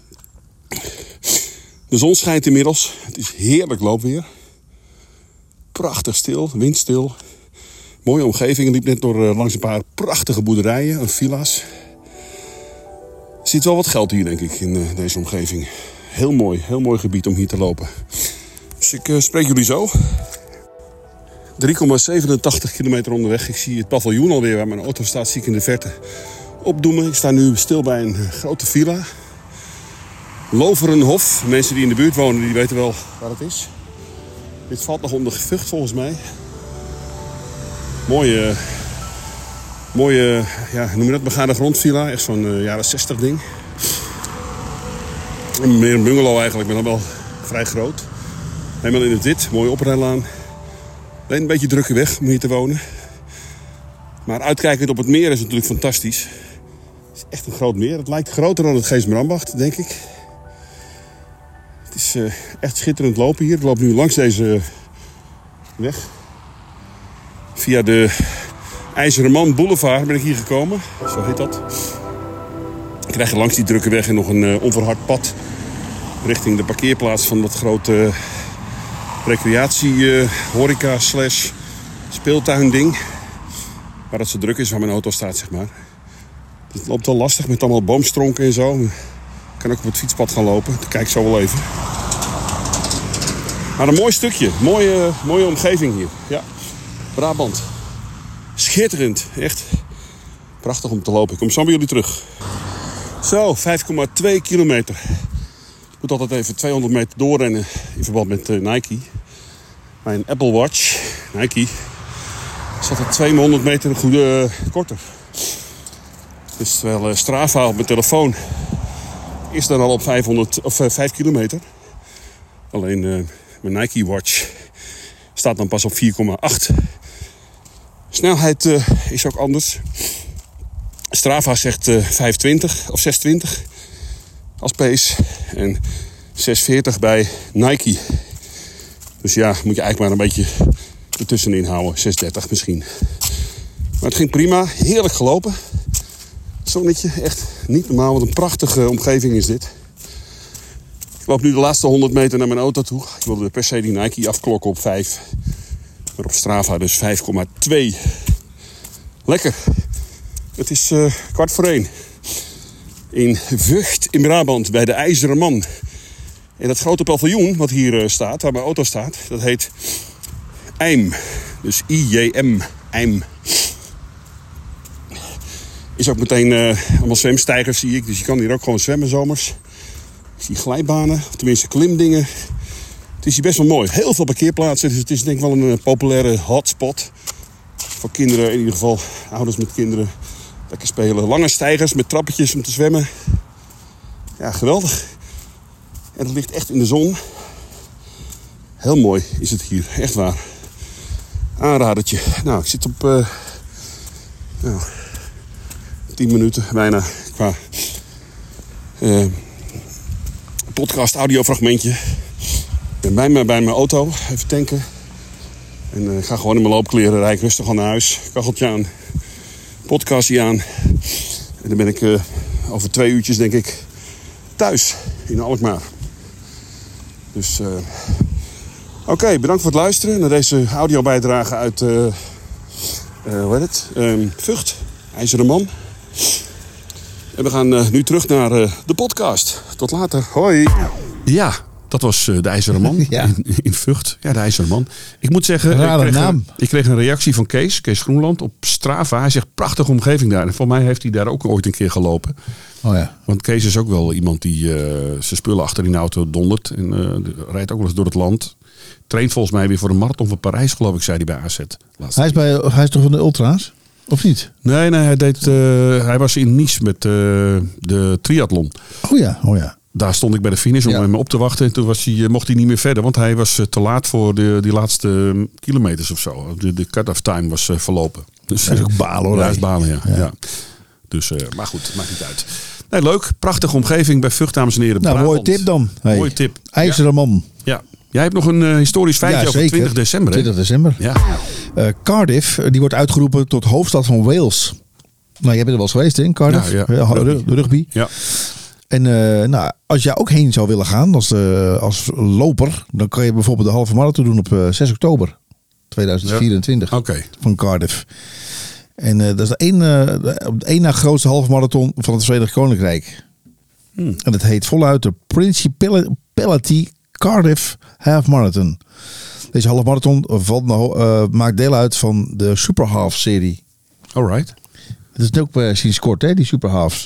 de zon schijnt inmiddels. Het is heerlijk loopweer. Prachtig stil, windstil. Mooie omgeving. Ik liep net door uh, langs een paar prachtige boerderijen en villa's. Er zit wel wat geld hier, denk ik, in uh, deze omgeving. Heel mooi, heel mooi gebied om hier te lopen. Dus ik uh, spreek jullie zo. drie komma zevenentachtig kilometer onderweg. Ik zie het paviljoen alweer waar mijn auto staat, zie ik in de verte opdoemen. Ik sta nu stil bij een uh, grote villa. Loverenhof. Mensen die in de buurt wonen, die weten wel waar het is. Dit valt nog onder Vught volgens mij. Mooie, mooie, ja, noem je dat, begane grondvilla. Echt zo'n uh, jaren zestig ding. Meer een bungalow eigenlijk, maar dan wel vrij groot. Helemaal in het wit, mooie oprijlaan. Alleen een beetje drukke weg om hier te wonen. Maar uitkijkend op het meer is natuurlijk fantastisch. Het is echt een groot meer. Het lijkt groter dan het Geesmerambacht, denk ik. Het is uh, echt schitterend lopen hier. Ik loop nu langs deze weg. Via de IJzeren Man Boulevard ben ik hier gekomen. Zo heet dat. Ik krijg je langs die drukke weg en nog een uh, onverhard pad. Richting de parkeerplaats van dat grote uh, recreatie uh, horeca slash speeltuin ding. Waar het zo druk is, waar mijn auto staat, zeg maar. Het loopt wel lastig met allemaal boomstronken en zo. Ik kan ook op het fietspad gaan lopen. Dat kijk ik zo wel even. Maar een mooi stukje. Mooie, mooie omgeving hier. Ja. Brabant. Schitterend. Echt prachtig om te lopen. Ik kom zo bij jullie terug. Zo, vijf komma twee kilometer. Ik moet altijd even tweehonderd meter doorrennen in verband met uh, Nike. Mijn Apple Watch, Nike, zat er tweehonderd meter goed uh, korter. Dus terwijl uh, Strava op mijn telefoon is dan al op vijfhonderd, of, uh, vijf kilometer. Alleen uh, mijn Nike Watch staat dan pas op vier komma acht. Snelheid uh, is ook anders. Strava zegt uh, vijfentwintig of zesentwintig als pace. En zes veertig bij Nike. Dus ja, moet je eigenlijk maar een beetje ertussenin houden. zes dertig misschien. Maar het ging prima. Heerlijk gelopen. Zonnetje, echt niet normaal. Wat een prachtige omgeving is dit. Ik loop nu de laatste honderd meter naar mijn auto toe. Ik wilde per se die Nike afklokken op vijf. Maar op Strava dus vijf komma twee. Lekker. Het is uh, kwart voor één. In Vught in Brabant bij de IJzeren Man. En dat grote paviljoen wat hier uh, staat, waar mijn auto staat, dat heet IJm. Dus I J M. IJm. Is ook meteen uh, allemaal zwemstijgers zie ik. Dus je kan hier ook gewoon zwemmen zomers. Ik zie glijbanen, of tenminste klimdingen. Het is hier best wel mooi. Heel veel parkeerplaatsen, dus het is denk ik wel een uh, populaire hotspot. Voor kinderen, in ieder geval ouders met kinderen. Lekker spelen. Lange steigers met trappetjes om te zwemmen. Ja, geweldig. En het ligt echt in de zon. Heel mooi is het hier, echt waar. Aanradertje. Nou, ik zit op uh, nou, tien minuten bijna qua uh, podcast audiofragmentje. Ik ben bij, me, bij mijn auto, even tanken. En uh, ik ga gewoon in mijn loopkleren, rijd ik rustig al naar huis. Kacheltje aan, podcastje aan. En dan ben ik uh, over twee uurtjes denk ik thuis in Alkmaar. Dus uh, oké, okay, bedankt voor het luisteren naar deze audiobijdrage uit uh, uh, hoe heet het? Uh, Vught, IJzeren Man. En we gaan uh, nu terug naar uh, de podcast. Tot later, hoi! Ja, dat was uh, de IJzeren Man Ja. in, in Vught. Ja, de IJzeren Man. Ik moet zeggen, Rare ik kreeg, naam. Een, ik kreeg een reactie van Kees, Kees Groenland, op Strava. Hij zegt, prachtige omgeving daar. En voor mij heeft hij daar ook ooit een keer gelopen. Oh ja. Want Kees is ook wel iemand die uh, zijn spullen achter in de auto dondert. En uh, rijdt ook wel eens door het land. Traint volgens mij weer voor de marathon van Parijs, geloof ik, zei hij bij A Z. Laatst. Hij is, bij, hij is toch van de ultra's? Of niet? Nee, nee, hij, deed, uh, hij was in Nice met uh, de triathlon. Oh ja, oh ja. Daar stond ik bij de finish om Ja. hem op te wachten. En toen was hij, mocht hij niet meer verder. Want hij was te laat voor de, die laatste kilometers of zo. De, de cut-off time was uh, verlopen. Dus, Dat is ook balen hoor. Ja, dat is balen, ja. Ja. ja. Dus, uh, maar goed, het maakt niet uit. Nee, leuk. Prachtige omgeving bij Vught, dames en heren. Nou, Brabant. mooie tip dan. Hey. Mooie tip. IJzeren Man. Ja. Jij hebt nog een uh, historisch feitje Ja, over zeker. twintig december. Hè? twintig december. Ja. Uh, Cardiff, die wordt uitgeroepen tot hoofdstad van Wales. Nou, jij bent er wel eens geweest hè, in Cardiff? Ja, ja. Rugby. rugby. Ja. En uh, nou, als jij ook heen zou willen gaan als, uh, als loper, dan kan je bijvoorbeeld de halve marathon doen op uh, zes oktober tweeduizend vierentwintig Ja. Oké. van Cardiff. En uh, dat is de één, uh, de één na grootste halve marathon van het Verenigd Koninkrijk. Hmm. En dat heet voluit de Principality Cardiff Half Marathon. Deze halve marathon valt nou, uh, maakt deel uit van de Super Half serie. Alright. Dat is ook uh, sinds kort, hè, die Super Halves.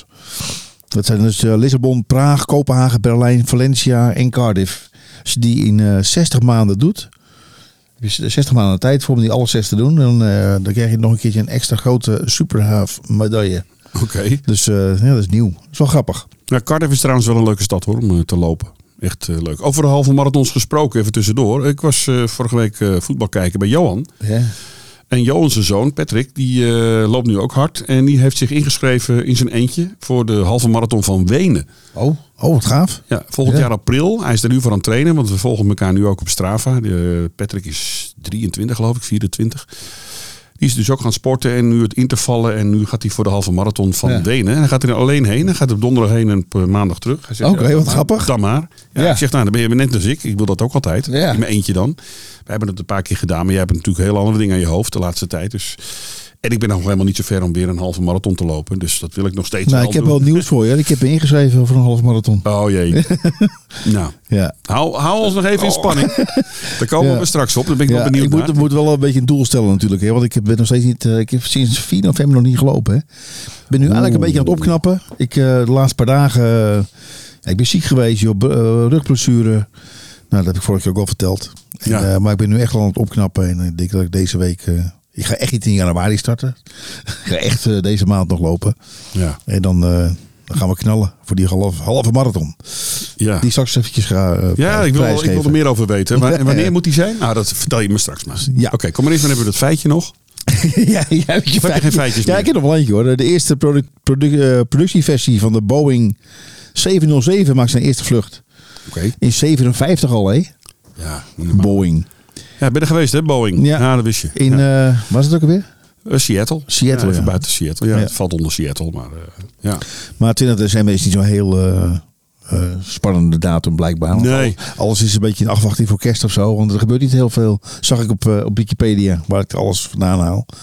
Dat zijn dus uh, Lissabon, Praag, Kopenhagen, Berlijn, Valencia en Cardiff. Als je die in uh, zestig maanden doet, heb je zestig maanden de tijd voor om die alle zes te doen. Dan, uh, dan krijg je nog een keertje een extra grote Super Half medaille. Oké. Okay. Dus uh, ja, dat is nieuw. Dat is wel grappig. Ja, Cardiff is trouwens wel een leuke stad hoor, om uh, te lopen. Echt uh, leuk. Over de halve marathons gesproken, even tussendoor. Ik was uh, vorige week uh, voetbal kijken bij Johan. Ja. En Johan zijn zoon, Patrick, die uh, loopt nu ook hard. En die heeft zich ingeschreven in zijn eentje voor de halve marathon van Wenen. Oh, oh, wat gaaf. Ja, volgend Ja. jaar april. Hij is er nu voor aan het trainen, want we volgen elkaar nu ook op Strava. De, uh, Patrick is drieëntwintig geloof ik, vierentwintig. Die is dus ook gaan sporten en nu het intervallen. En nu gaat hij voor de halve marathon van Ja. Wenen. En hij gaat er alleen heen. Hij gaat op donderdag heen en op maandag terug. Oké, okay, wat grappig. Dan maar. Ja, Ja. Ik zeg, nou, dan ben je net als ik. Ik wil dat ook altijd. Ja. In mijn eentje dan. We hebben het een paar keer gedaan. Maar jij hebt natuurlijk hele andere dingen aan je hoofd de laatste tijd. Dus... En ik ben nog helemaal niet zo ver om weer een halve marathon te lopen. Dus dat wil ik nog steeds Nou, wel ik heb doen. wel nieuws voor je. Ik heb me ingeschreven voor een halve marathon. Oh jee. Nou, Ja. hou, hou ons nog even in spanning. Daar komen Ja. we straks op. Daar ben ik Ja, wel benieuwd ik moet, naar. moet wel een beetje een doel stellen natuurlijk. Hè? Want ik ben nog steeds niet. Uh, ik heb sinds vier november nog niet gelopen. Hè? Ik ben nu eigenlijk een beetje aan het opknappen. Ik, uh, de laatste paar dagen. Uh, ja, ik ben ziek geweest, joh. Uh, rugblessure. Nou, dat heb ik vorige keer ook al verteld. En, Ja. uh, maar ik ben nu echt wel aan het opknappen. En ik denk dat ik deze week. Uh, ik ga echt niet in januari starten. Ik ga echt uh, deze maand nog lopen. Ja. En dan. Uh, Dan gaan we knallen voor die halve, halve marathon. Ja. Die straks eventjes ga uh, Ja, ik wil, ik wil er meer over weten. Maar, en wanneer Ja. moet die zijn? Nou, dat vertel je me straks maar. Ja. Oké, okay, kom maar eens, dan hebben we dat feitje nog. ja, ja, heb je, heb je geen feitjes ja, meer? ik heb nog wel eentje hoor. De eerste product, product, uh, productieversie van de Boeing zevenhonderdzeven maakt zijn eerste vlucht. Oké. Okay. In zevenenvijftig al, hè? Ja, niet normaal. Boeing. Ja, ben je er geweest, hè, Boeing? Ja. Ja, dat wist je. In, ja. uh, waar is het ook alweer? Uh, Seattle. Seattle, ja. Even ja. buiten Seattle. Ja, Ja. het valt onder Seattle, maar uh, ja. Maar twintig december is niet zo'n heel uh, uh, spannende datum blijkbaar. Want Nee. Alles is een beetje in afwachting voor kerst of zo. Want er gebeurt niet heel veel. Zag ik op, uh, op Wikipedia, waar ik alles vandaan haal.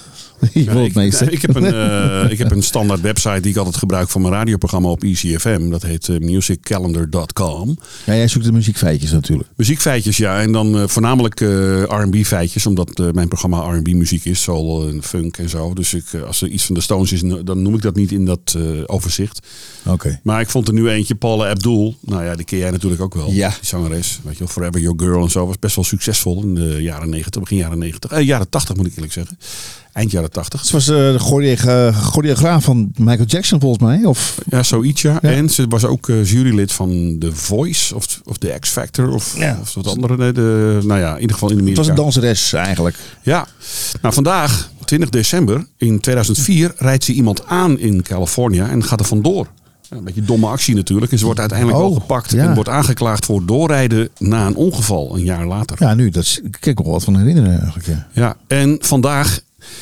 Je wil het meeste. Ik heb, een, uh, ik heb een standaard website die ik altijd gebruik voor mijn radioprogramma op E C F M. Dat heet uh, music calendar dot com. Ja, jij zoekt de muziekfeitjes natuurlijk. Muziekfeitjes, ja. En dan uh, voornamelijk uh, R en B feitjes. Omdat uh, mijn programma R en B muziek is. Soul en funk en zo. Dus ik, uh, als er iets van de Stones is, dan noem ik dat niet in dat uh, overzicht. Oké. Okay. Maar ik vond er nu eentje, Paula Abdul. Nou ja, die ken jij natuurlijk ook wel. Ja. Die zangeres. Weet je wel, Forever Your Girl en zo. Was best wel succesvol in de jaren negentig. Begin jaren negentig. Eh, jaren tachtig moet ik eerlijk zeggen. Eind jaren tachtig. Ze was uh, de choreograaf van Michael Jackson volgens mij. Of... Ja, zoiets ja. ja. En ze was ook uh, jurylid van The Voice of, of The X Factor. Of, ja. of wat andere. Nee, de, nou ja, in ieder geval in Amerika. Het was een danseres eigenlijk. Ja. Nou, vandaag, twintig december in tweeduizend vier, rijdt ze iemand aan in Californië en gaat er vandoor. Ja, een beetje een domme actie natuurlijk. En ze wordt uiteindelijk oh, wel gepakt ja. en wordt aangeklaagd voor doorrijden na een ongeval een jaar later. Ja, nu, dat is, ik kan ik nog wat van herinneren eigenlijk. Ja, ja en vandaag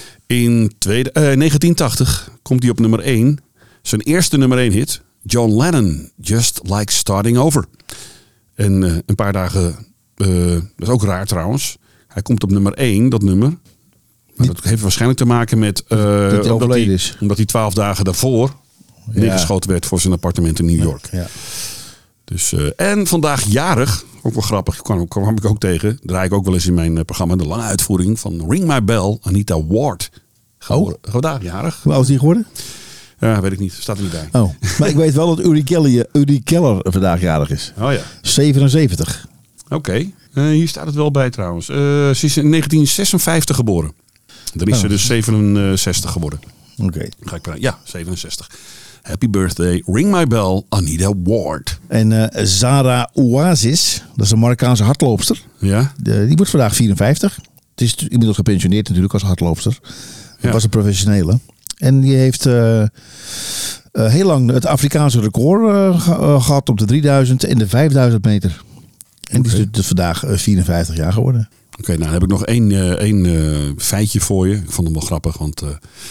in tweede, uh, negentien tachtig komt hij op nummer één. Zijn eerste nummer één hit, John Lennon, Just Like Starting Over. En uh, een paar dagen, uh, dat is ook raar trouwens, hij komt op nummer één, dat nummer. Maar dat heeft waarschijnlijk te maken met uh, dat hij omdat, hij, is. omdat hij twaalf dagen daarvoor ja. neergeschoten werd voor zijn appartement in New York. Ja, ja. Dus, uh, en vandaag jarig, ook wel grappig, kwam, kwam ik ook tegen. Draai ik ook wel eens in mijn uh, programma de lange uitvoering van Ring My Bell, Anita Ward. Geboren, oh. Vandaag jarig. Hoe oud is die geworden? Ja, weet ik niet. Staat er niet bij. Oh. Maar ik weet wel dat Uri Keller, Uri Keller vandaag jarig is. Oh ja. zevenenzeventig. Oké. Okay. Uh, hier staat het wel bij trouwens. Uh, ze is in negentien zesenvijftig geboren. Dan is oh. ze dus zevenenzestig geworden. Oké. Okay. Ga ik praten. Ja, zevenenzestig. Happy birthday, Ring My Bell, Anita Ward. En uh, Zara Oasis, dat is een Marokkaanse hardloopster. Ja. De, die wordt vandaag vierenvijftig. Het is inmiddels gepensioneerd natuurlijk als hardloopster. Dat ja. was een professionele. En die heeft uh, uh, heel lang het Afrikaanse record uh, ge- uh, gehad op de drieduizend en de vijfduizend meter. En okay. die is dus vandaag uh, vierenvijftig jaar geworden. Oké, okay, nou dan heb ik nog één, uh, één uh, feitje voor je. Ik vond hem wel grappig, want uh,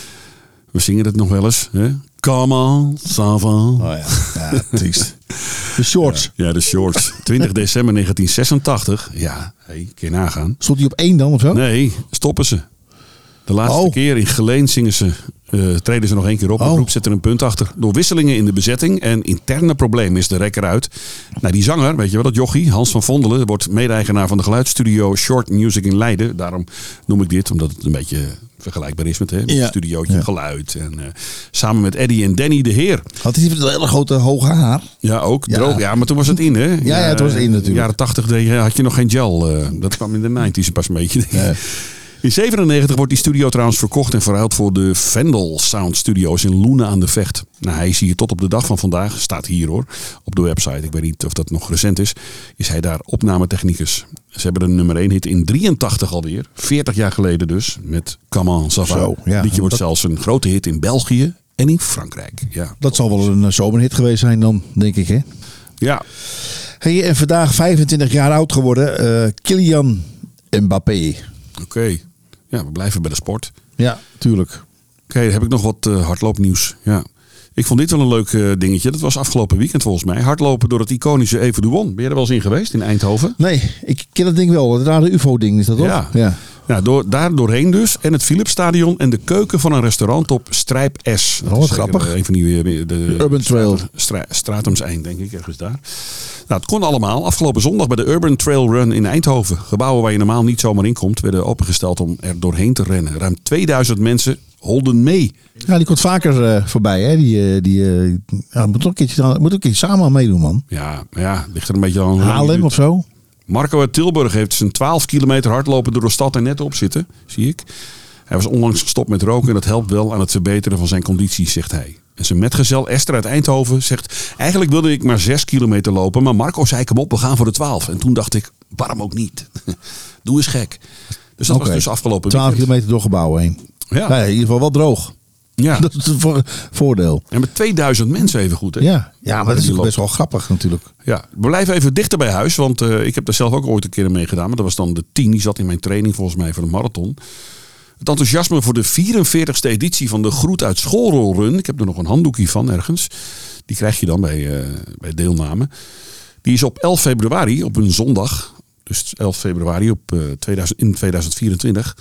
we zingen het nog wel eens. Hè? Come on, ça va. Oh ja, ja triest. De shorts. Ja, ja de shorts. twintig december negentien zesentachtig. Ja, hey, kun je nagaan. Stond die op één dan of zo? Nee, stoppen ze. De laatste oh. keer in Geleen zingen ze, uh, treden ze nog één keer op. De oh. groep zet er een punt achter. Door wisselingen in de bezetting en interne problemen is de rekker uit. Nou, die zanger, weet je wel, dat jochie, Hans van Vondelen, wordt mede-eigenaar van de geluidsstudio Short Music in Leiden. Daarom noem ik dit, omdat het een beetje vergelijkbaar is met, hè, met ja. een studiootje ja. geluid. En uh, samen met Eddie en Danny de Heer. Had hij een hele grote hoge haar? Ja, ook. Ja. Droog. Ja, maar toen was het in, hè? Ja, ja, het was in natuurlijk. In de jaren tachtig had je nog geen gel. Uh, dat kwam in de negentig pas een beetje. Ja. In zevenennegentig wordt die studio trouwens verkocht en verhuild voor de Vendel Sound Studios in Loenen aan de Vecht. Nou, hij is hier tot op de dag van vandaag, staat hier hoor, op de website. Ik weet niet of dat nog recent is. Is hij daar opnametechnicus. Ze hebben een nummer één hit in drieëntachtig alweer. veertig jaar geleden dus, met Come on, ça va. Zo, ja. Liedje wordt dat... zelfs een grote hit in België en in Frankrijk. Ja. Dat zal wel een zomerhit geweest zijn dan, denk ik hè? Ja. Hey, en vandaag vijfentwintig jaar oud geworden, uh, Kylian Mbappé. Oké. Okay. Ja, we blijven bij de sport. Ja, tuurlijk. Oké, okay, dan heb ik nog wat uh, hardloopnieuws. Ja. Ik vond dit wel een leuk uh, dingetje. Dat was afgelopen weekend volgens mij. Hardlopen door het iconische Even de One. Ben je er wel eens in geweest in Eindhoven? Nee, ik ken dat ding wel. Het rare U F O-ding is dat toch? Ja. ja. Nou, door, daar doorheen dus. En het Philipsstadion en de keuken van een restaurant op Strijp S. Dat oh, wat grappig. De, een van die... De, de Urban Trail. Stra, Stratums Eind, denk ik, ergens daar. Nou, het kon allemaal. Afgelopen zondag bij de Urban Trail Run in Eindhoven. Gebouwen waar je normaal niet zomaar in komt, werden opengesteld om er doorheen te rennen. Ruim tweeduizend mensen holden mee. Ja, die komt vaker uh, voorbij. Hè? Die, die, uh, ja, moet ook een keertje, moet ook een keertje samen aan meedoen, man. Ja, ja, ligt er een beetje aan. Haarlem of zo? Marco uit Tilburg heeft zijn twaalf kilometer hardlopen door de stad er net op zitten, zie ik. Hij was onlangs gestopt met roken en dat helpt wel aan het verbeteren van zijn conditie, zegt hij. En zijn metgezel Esther uit Eindhoven zegt... Eigenlijk wilde ik maar zes kilometer lopen, maar Marco zei kom op, we gaan voor de twaalf. En toen dacht ik, waarom ook niet? Doe eens gek. Dus dat okay. was dus afgelopen twaalf kilometer door gebouwen heen. Ja. Nou ja, in ieder geval wel droog. Ja. Dat is een voordeel. En met tweeduizend mensen even goed, hè? Ja, ja maar dat is best wel grappig natuurlijk. Ja, we blijven even dichter bij huis, want uh, ik heb daar zelf ook ooit een keer mee gedaan. Maar dat was dan de tien, die zat in mijn training volgens mij voor de marathon. Het enthousiasme voor de vierenveertigste editie van de Groet uit Schoolrolrun. Ik heb er nog een handdoekje van ergens. Die krijg je dan bij, uh, bij deelname. Die is op elf februari, op een zondag. Dus elf februari op, uh, tweeduizend, in tweeduizend vierentwintig.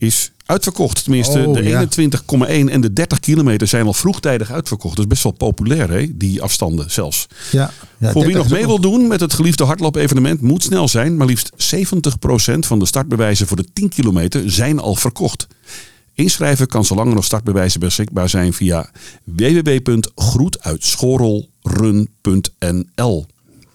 is uitverkocht. Tenminste, Oh, de ja. eenentwintig komma één en de dertig kilometer zijn al vroegtijdig uitverkocht. Dat is best wel populair, hè? Die afstanden zelfs. Ja. Ja, Voor wie dertig nog is mee ook wil doen met het geliefde hardloop-evenement moet snel zijn. Maar liefst zeventig procent van de startbewijzen voor de tien kilometer zijn al verkocht. Inschrijven kan zolang er nog startbewijzen beschikbaar zijn via w w w punt groetuitschorrelrun punt n l.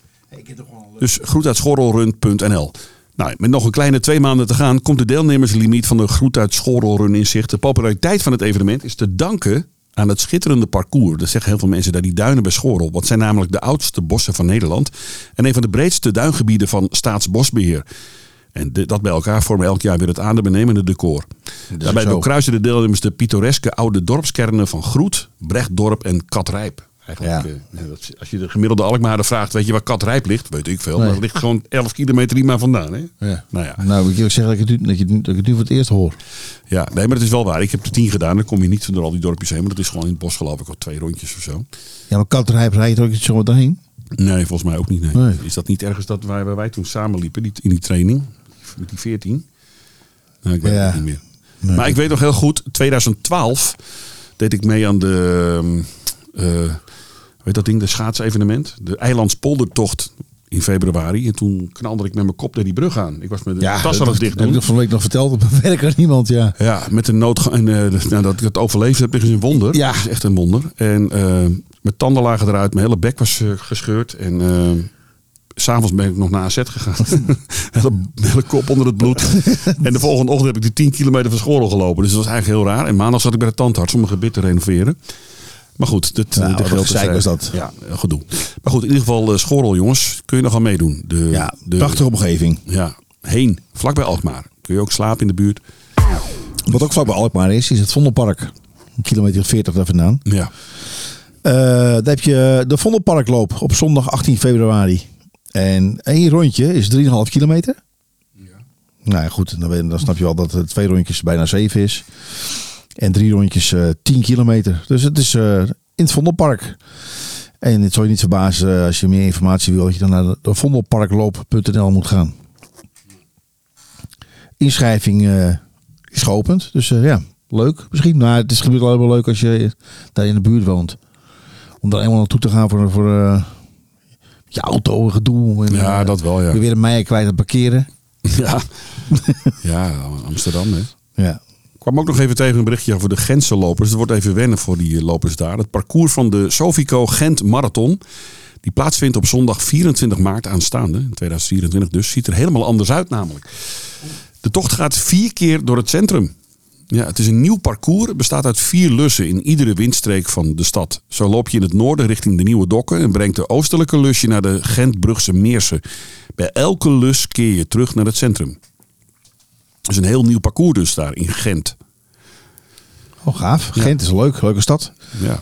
Dus groetuitschorrelrun punt n l. Nou, met nog een kleine twee maanden te gaan komt de deelnemerslimiet van de Groet uit Schorrelrun in zicht. De populariteit van het evenement is te danken aan het schitterende parcours. Dat zeggen heel veel mensen daar, die duinen bij Schorrel. Wat zijn namelijk de oudste bossen van Nederland. En een van de breedste duingebieden van Staatsbosbeheer. En de, dat bij elkaar vormen elk jaar weer het adembenemende decor. Daarbij zo. doorkruisen de deelnemers de pittoreske oude dorpskernen van Groet, Brechtdorp en Katrijp. Eigenlijk, Ja. eh, dat- als je de gemiddelde Alkmaarder vraagt, weet je waar Katrijp ligt? Weet ik veel. Nee. Maar het ligt gewoon elf kilometer hier maar vandaan. Hè? Ja. Nou ja. Nou, ik wil zeggen dat ik, het nu, dat, je, dat ik het nu voor het eerst hoor. ja, nee, maar het is wel waar. Ik heb de tien gedaan. Dan kom je niet door al die dorpjes heen. Maar dat is gewoon in het bos geloof ik al twee rondjes of zo. Ja, maar Katrijp rijdt er ook niet zo wat heen. Nee, volgens mij ook niet. Nee. Nee. Is dat niet ergens dat wij, waar wij toen samen liepen die, in die training? Met die veertien? Nou, ik weet Ja. het niet meer. Nee. Maar ik weet nog heel goed, twintig twaalf deed ik mee aan de, uh, weet dat ding, de schaatsevenement. De Eilandspoldertocht in februari. En toen knalde ik met mijn kop naar die brug aan. Ik was met de tas aan het dat dicht heb ik doen. nog van de week nog verteld op mijn werk aan iemand, ja. Ja, met een nood. En uh, nou, dat ik het overleefd heb, is een wonder. Ja. Dat is echt een wonder. En uh, mijn tanden lagen eruit, mijn hele bek was uh, gescheurd. En uh, s'avonds ben ik nog naar A Z gegaan. hele, hele kop onder het bloed. En de volgende ochtend heb ik die tien kilometer van Schorrel gelopen. Dus dat was eigenlijk heel raar. En maandag zat ik bij de tandarts om mijn gebit te renoveren. Maar goed, dit, Nou, dit wat geldt gezeik was dat. Ja, gedoe. Maar goed, in ieder geval uh, Schorrel, jongens. Kun je nog aan meedoen. De, Ja, de, prachtige omgeving. Ja, heen. Vlakbij Alkmaar. Kun je ook slapen in de buurt. Wat ook vlakbij Alkmaar is, is het Vondelpark. Een kilometer of veertig daar vandaan. Ja. Uh, daar heb je de Vondelparkloop op zondag achttien februari. En één rondje is drie komma vijf kilometer. Ja. Nou ja, goed, dan, weet- dan snap je wel dat het twee rondjes bijna zeven is. En drie rondjes uh, tien kilometer. Dus het is uh, in het Vondelpark. En het zal je niet verbazen uh, als je meer informatie wil, dat je dan naar de, de vondelparkloop punt n l moet gaan. Inschrijving uh, is geopend. Dus uh, ja, leuk misschien. Maar het is gebeurd alleen maar leuk als je daar in de buurt woont. Om daar eenmaal naartoe te gaan voor, voor uh, je auto, gedoe. En, Ja, uh, dat wel, ja. weer weer een meijer kwijt aan parkeren. Ja. Ja, Amsterdam, hè. Ja. Ik kwam ook nog even tegen een berichtje over de Gentse lopers. Het wordt even wennen voor die lopers daar. Het parcours van de Sofico Gent Marathon, die plaatsvindt op zondag vierentwintig maart aanstaande, in tweeduizend vierentwintig dus, ziet er helemaal anders uit namelijk. De tocht gaat vier keer door het centrum. Ja, het is een nieuw parcours. Het bestaat uit vier lussen in iedere windstreek van de stad. Zo loop je in het noorden richting de Nieuwe Dokken en brengt de oostelijke lusje naar de Gent-Brugse Meersen. Bij elke lus keer je terug naar het centrum. Het is een heel nieuw parcours dus daar in Gent. Oh, gaaf. Gent is leuk. Leuke stad. Ja.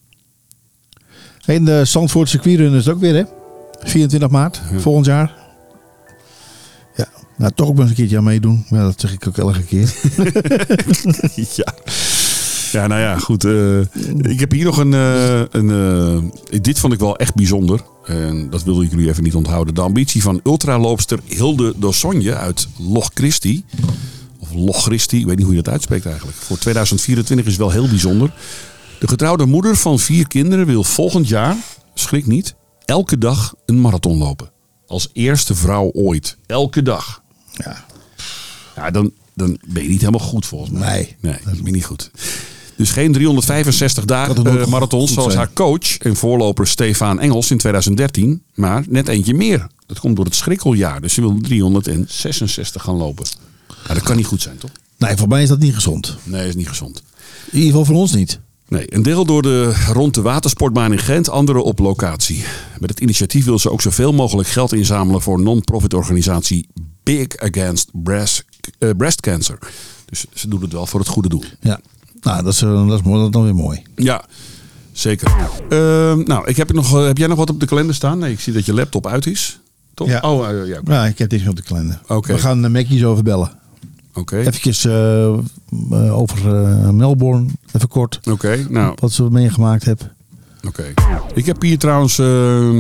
En de Zandvoort circuitrun is het ook weer, hè? vierentwintig maart, Ja. volgend jaar. Ja, nou toch ook maar eens een keertje aan meedoen. Ja, dat zeg ik ook elke keer. Ja. Ja, nou ja, goed. Uh, ik heb hier nog een... Uh, een uh, dit vond ik wel echt bijzonder. En dat wilde ik jullie even niet onthouden. De ambitie van ultraloopster Hilde Dosonje uit Loch Christi. Of Loch Christi, ik weet niet hoe je dat uitspreekt eigenlijk. Voor tweeduizend vierentwintig is wel heel bijzonder. De getrouwde moeder van vier kinderen wil volgend jaar, schrik niet, elke dag een marathon lopen. Als eerste vrouw ooit. Elke dag. Ja. Ja, dan, dan ben je niet helemaal goed volgens mij. Nee. Nee, dat ben je niet goed. Dus geen driehonderdvijfenzestig dagen Dat het nooit uh, marathons goed zoals zijn. haar coach en voorloper Stefan Engels in tweeduizend dertien. Maar net eentje meer. Dat komt door het schrikkeljaar. Dus ze wil driehonderdzesenzestig gaan lopen. Ja, dat kan niet goed zijn, toch? Nee, voor mij is dat niet gezond. Nee, is niet gezond. In ieder geval voor ons niet. Nee, een deel door de rond de watersportbaan in Gent, andere op locatie. Met het initiatief wil ze ook zoveel mogelijk geld inzamelen voor non-profit organisatie Big Against Breast, uh, Breast Cancer. Dus ze doet het wel voor het goede doel. Ja. Nou, dat is, uh, dat is mooi. Dat is dan weer mooi. Ja, zeker. Uh, nou, ik heb, nog, uh, heb jij nog wat op de kalender staan? Nee, ik zie dat je laptop uit is. Toch? Ja. Oh, uh, ja. Oké. Ja, ik heb dit op de kalender. Oké. We gaan de Mackies over bellen. Oké, Eventjes uh, uh, over uh, Melbourne. Even kort. okay, nou, Wat ze meegemaakt hebben. oké. Okay. Ik heb hier trouwens uh,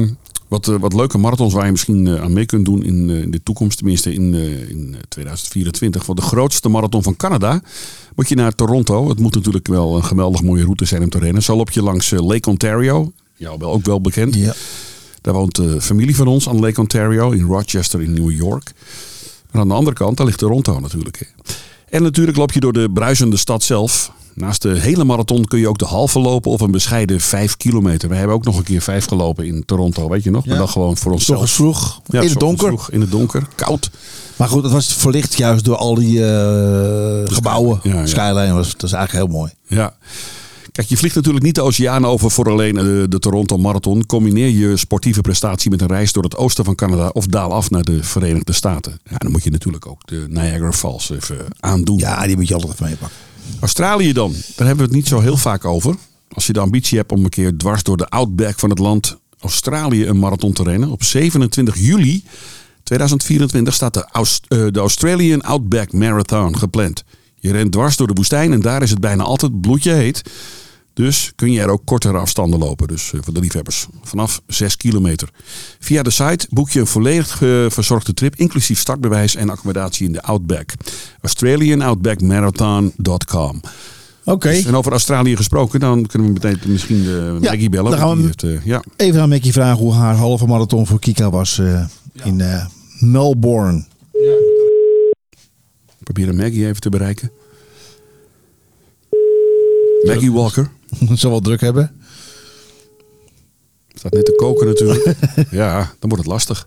Wat, uh, wat leuke marathons waar je misschien uh, aan mee kunt doen in, uh, in de toekomst. Tenminste in, uh, in tweeduizend vierentwintig. Voor de grootste marathon van Canada moet je naar Toronto. Het moet natuurlijk wel een geweldig mooie route zijn om te rennen. Zo loop je langs uh, Lake Ontario. Jou wel ook wel bekend. Ja. Daar woont de familie van ons aan Lake Ontario in Rochester in New York. En aan de andere kant, daar ligt Toronto natuurlijk. Hè. En natuurlijk loop je door de bruisende stad zelf. Naast de hele marathon kun je ook de halve lopen of een bescheiden vijf kilometer. We hebben ook nog een keer vijf gelopen in Toronto, weet je nog? Ja. Maar dan gewoon voor onszelf. Toch eens vroeg, ja, in het donker. Vroeg, in het donker, koud. Maar goed, het was verlicht juist door al die uh, gebouwen. Ja, ja. Skyline, was, dat is eigenlijk heel mooi. Ja. Kijk, je vliegt natuurlijk niet de oceaan over voor alleen de, de Toronto Marathon. Combineer je sportieve prestatie met een reis door het oosten van Canada of daal af naar de Verenigde Staten. Ja, dan moet je natuurlijk ook de Niagara Falls even aandoen. Ja, die moet je altijd even meepakken. Australië dan, daar hebben we het niet zo heel vaak over. Als je de ambitie hebt om een keer dwars door de outback van het land Australië een marathon te rennen. Op zevenentwintig juli tweeduizend vierentwintig staat de, Aust- uh, de Australian Outback Marathon gepland. Je rent dwars door de woestijn en daar is het bijna altijd bloedje heet. Dus kun je er ook kortere afstanden lopen. Dus uh, voor de liefhebbers. Vanaf zes kilometer. Via de site boek je een volledig uh, verzorgde trip. Inclusief startbewijs en accommodatie in de Outback. Australian Outback Marathon dot com. Oké. Okay. Dus, en over Australië gesproken. Dan kunnen we meteen misschien de ja, Maggie bellen. Dan gaan we het, uh, ja. even aan Maggie vragen hoe haar halve marathon voor Kika was. Uh, ja. In uh, Melbourne. Ja. Probeer Maggie even te bereiken. Maggie Walker. Zal wel druk hebben. Staat net te koken natuurlijk. Ja, dan wordt het lastig.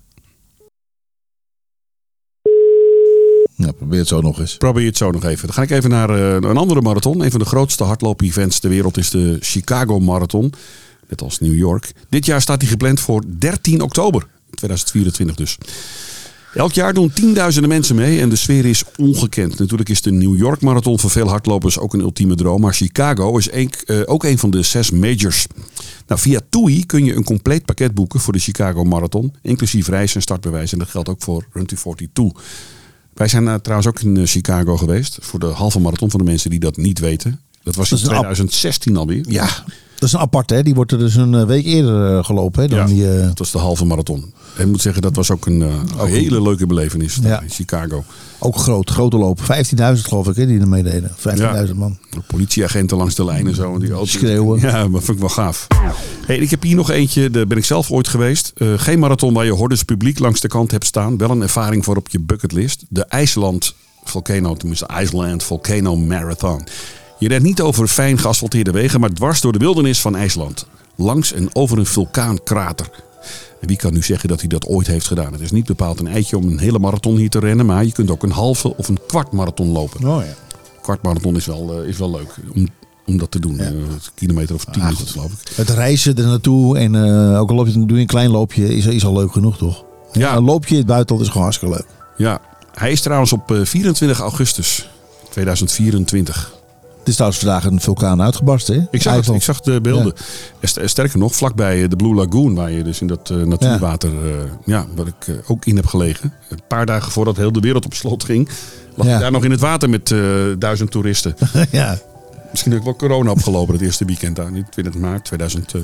Ja, probeer het zo nog eens. Probeer het zo nog even. Dan ga ik even naar uh, een andere marathon. Een van de grootste hardloop-events ter wereld is de Chicago Marathon. Net als New York. Dit jaar staat die gepland voor dertien oktober tweeduizend vierentwintig dus. Elk jaar doen tienduizenden mensen mee en de sfeer is ongekend. Natuurlijk is de New York Marathon voor veel hardlopers ook een ultieme droom. Maar Chicago is een, uh, ook een van de zes majors. Nou, via T U I kun je een compleet pakket boeken voor de Chicago Marathon. Inclusief reis en startbewijs. En dat geldt ook voor Run to forty-two. Wij zijn uh, trouwens ook in uh, Chicago geweest. Voor de halve marathon voor de mensen die dat niet weten. Dat was in dat tweeduizend zestien alweer. Ja, dat is een apart, hè? Die wordt er dus een week eerder uh, gelopen. Hè, dan ja, die, uh... dat was de halve marathon. En ik moet zeggen, dat was ook een, uh, een hele leuke belevenis ja. in Chicago. Ook groot, grote loop. vijftienduizend geloof ik, hè, die er meededen. vijftienduizend ja. man. Politieagenten langs de lijn en zo. En die auto's. Schreeuwen. Ja, dat vind ik wel gaaf. Hey, ik heb hier nog eentje, daar ben ik zelf ooit geweest. Uh, geen marathon waar je hordes publiek langs de kant hebt staan. Wel een ervaring voor op je bucketlist. De IJsland Volcano, tenminste Iceland Volcano Marathon. Je rent niet over fijn geasfalteerde wegen, maar dwars door de wildernis van IJsland. Langs en over een vulkaankrater. En wie kan nu zeggen dat hij dat ooit heeft gedaan? Het is niet bepaald een eitje om een hele marathon hier te rennen, maar je kunt ook een halve of een kwart marathon lopen. Oh ja. Een kwart marathon is wel, uh, is wel leuk om, om dat te doen. Ja. Uh, kilometer of tien ah, minuten geloof ik. Het reizen er naartoe en uh, ook al loop je, doe je een klein loopje, is, is al leuk genoeg toch? Ja. Ja, een loopje in het buitenland is gewoon hartstikke leuk. Ja, hij is trouwens op uh, vierentwintig augustus tweeduizend vierentwintig. Het is trouwens vandaag een vulkaan uitgebarsten, hè? Ik zag, het, ik zag de beelden. Ja. Sterker nog, vlakbij de Blue Lagoon, waar je dus in dat uh, natuurwater, ja. Uh, ja, waar ik uh, ook in heb gelegen. Een paar dagen voordat heel de wereld op slot ging, lag ja. ik daar nog in het water met uh, duizend toeristen. Ja. Misschien heb ik wel corona opgelopen het eerste weekend daar, niet twintig maart tweeduizend. Uh,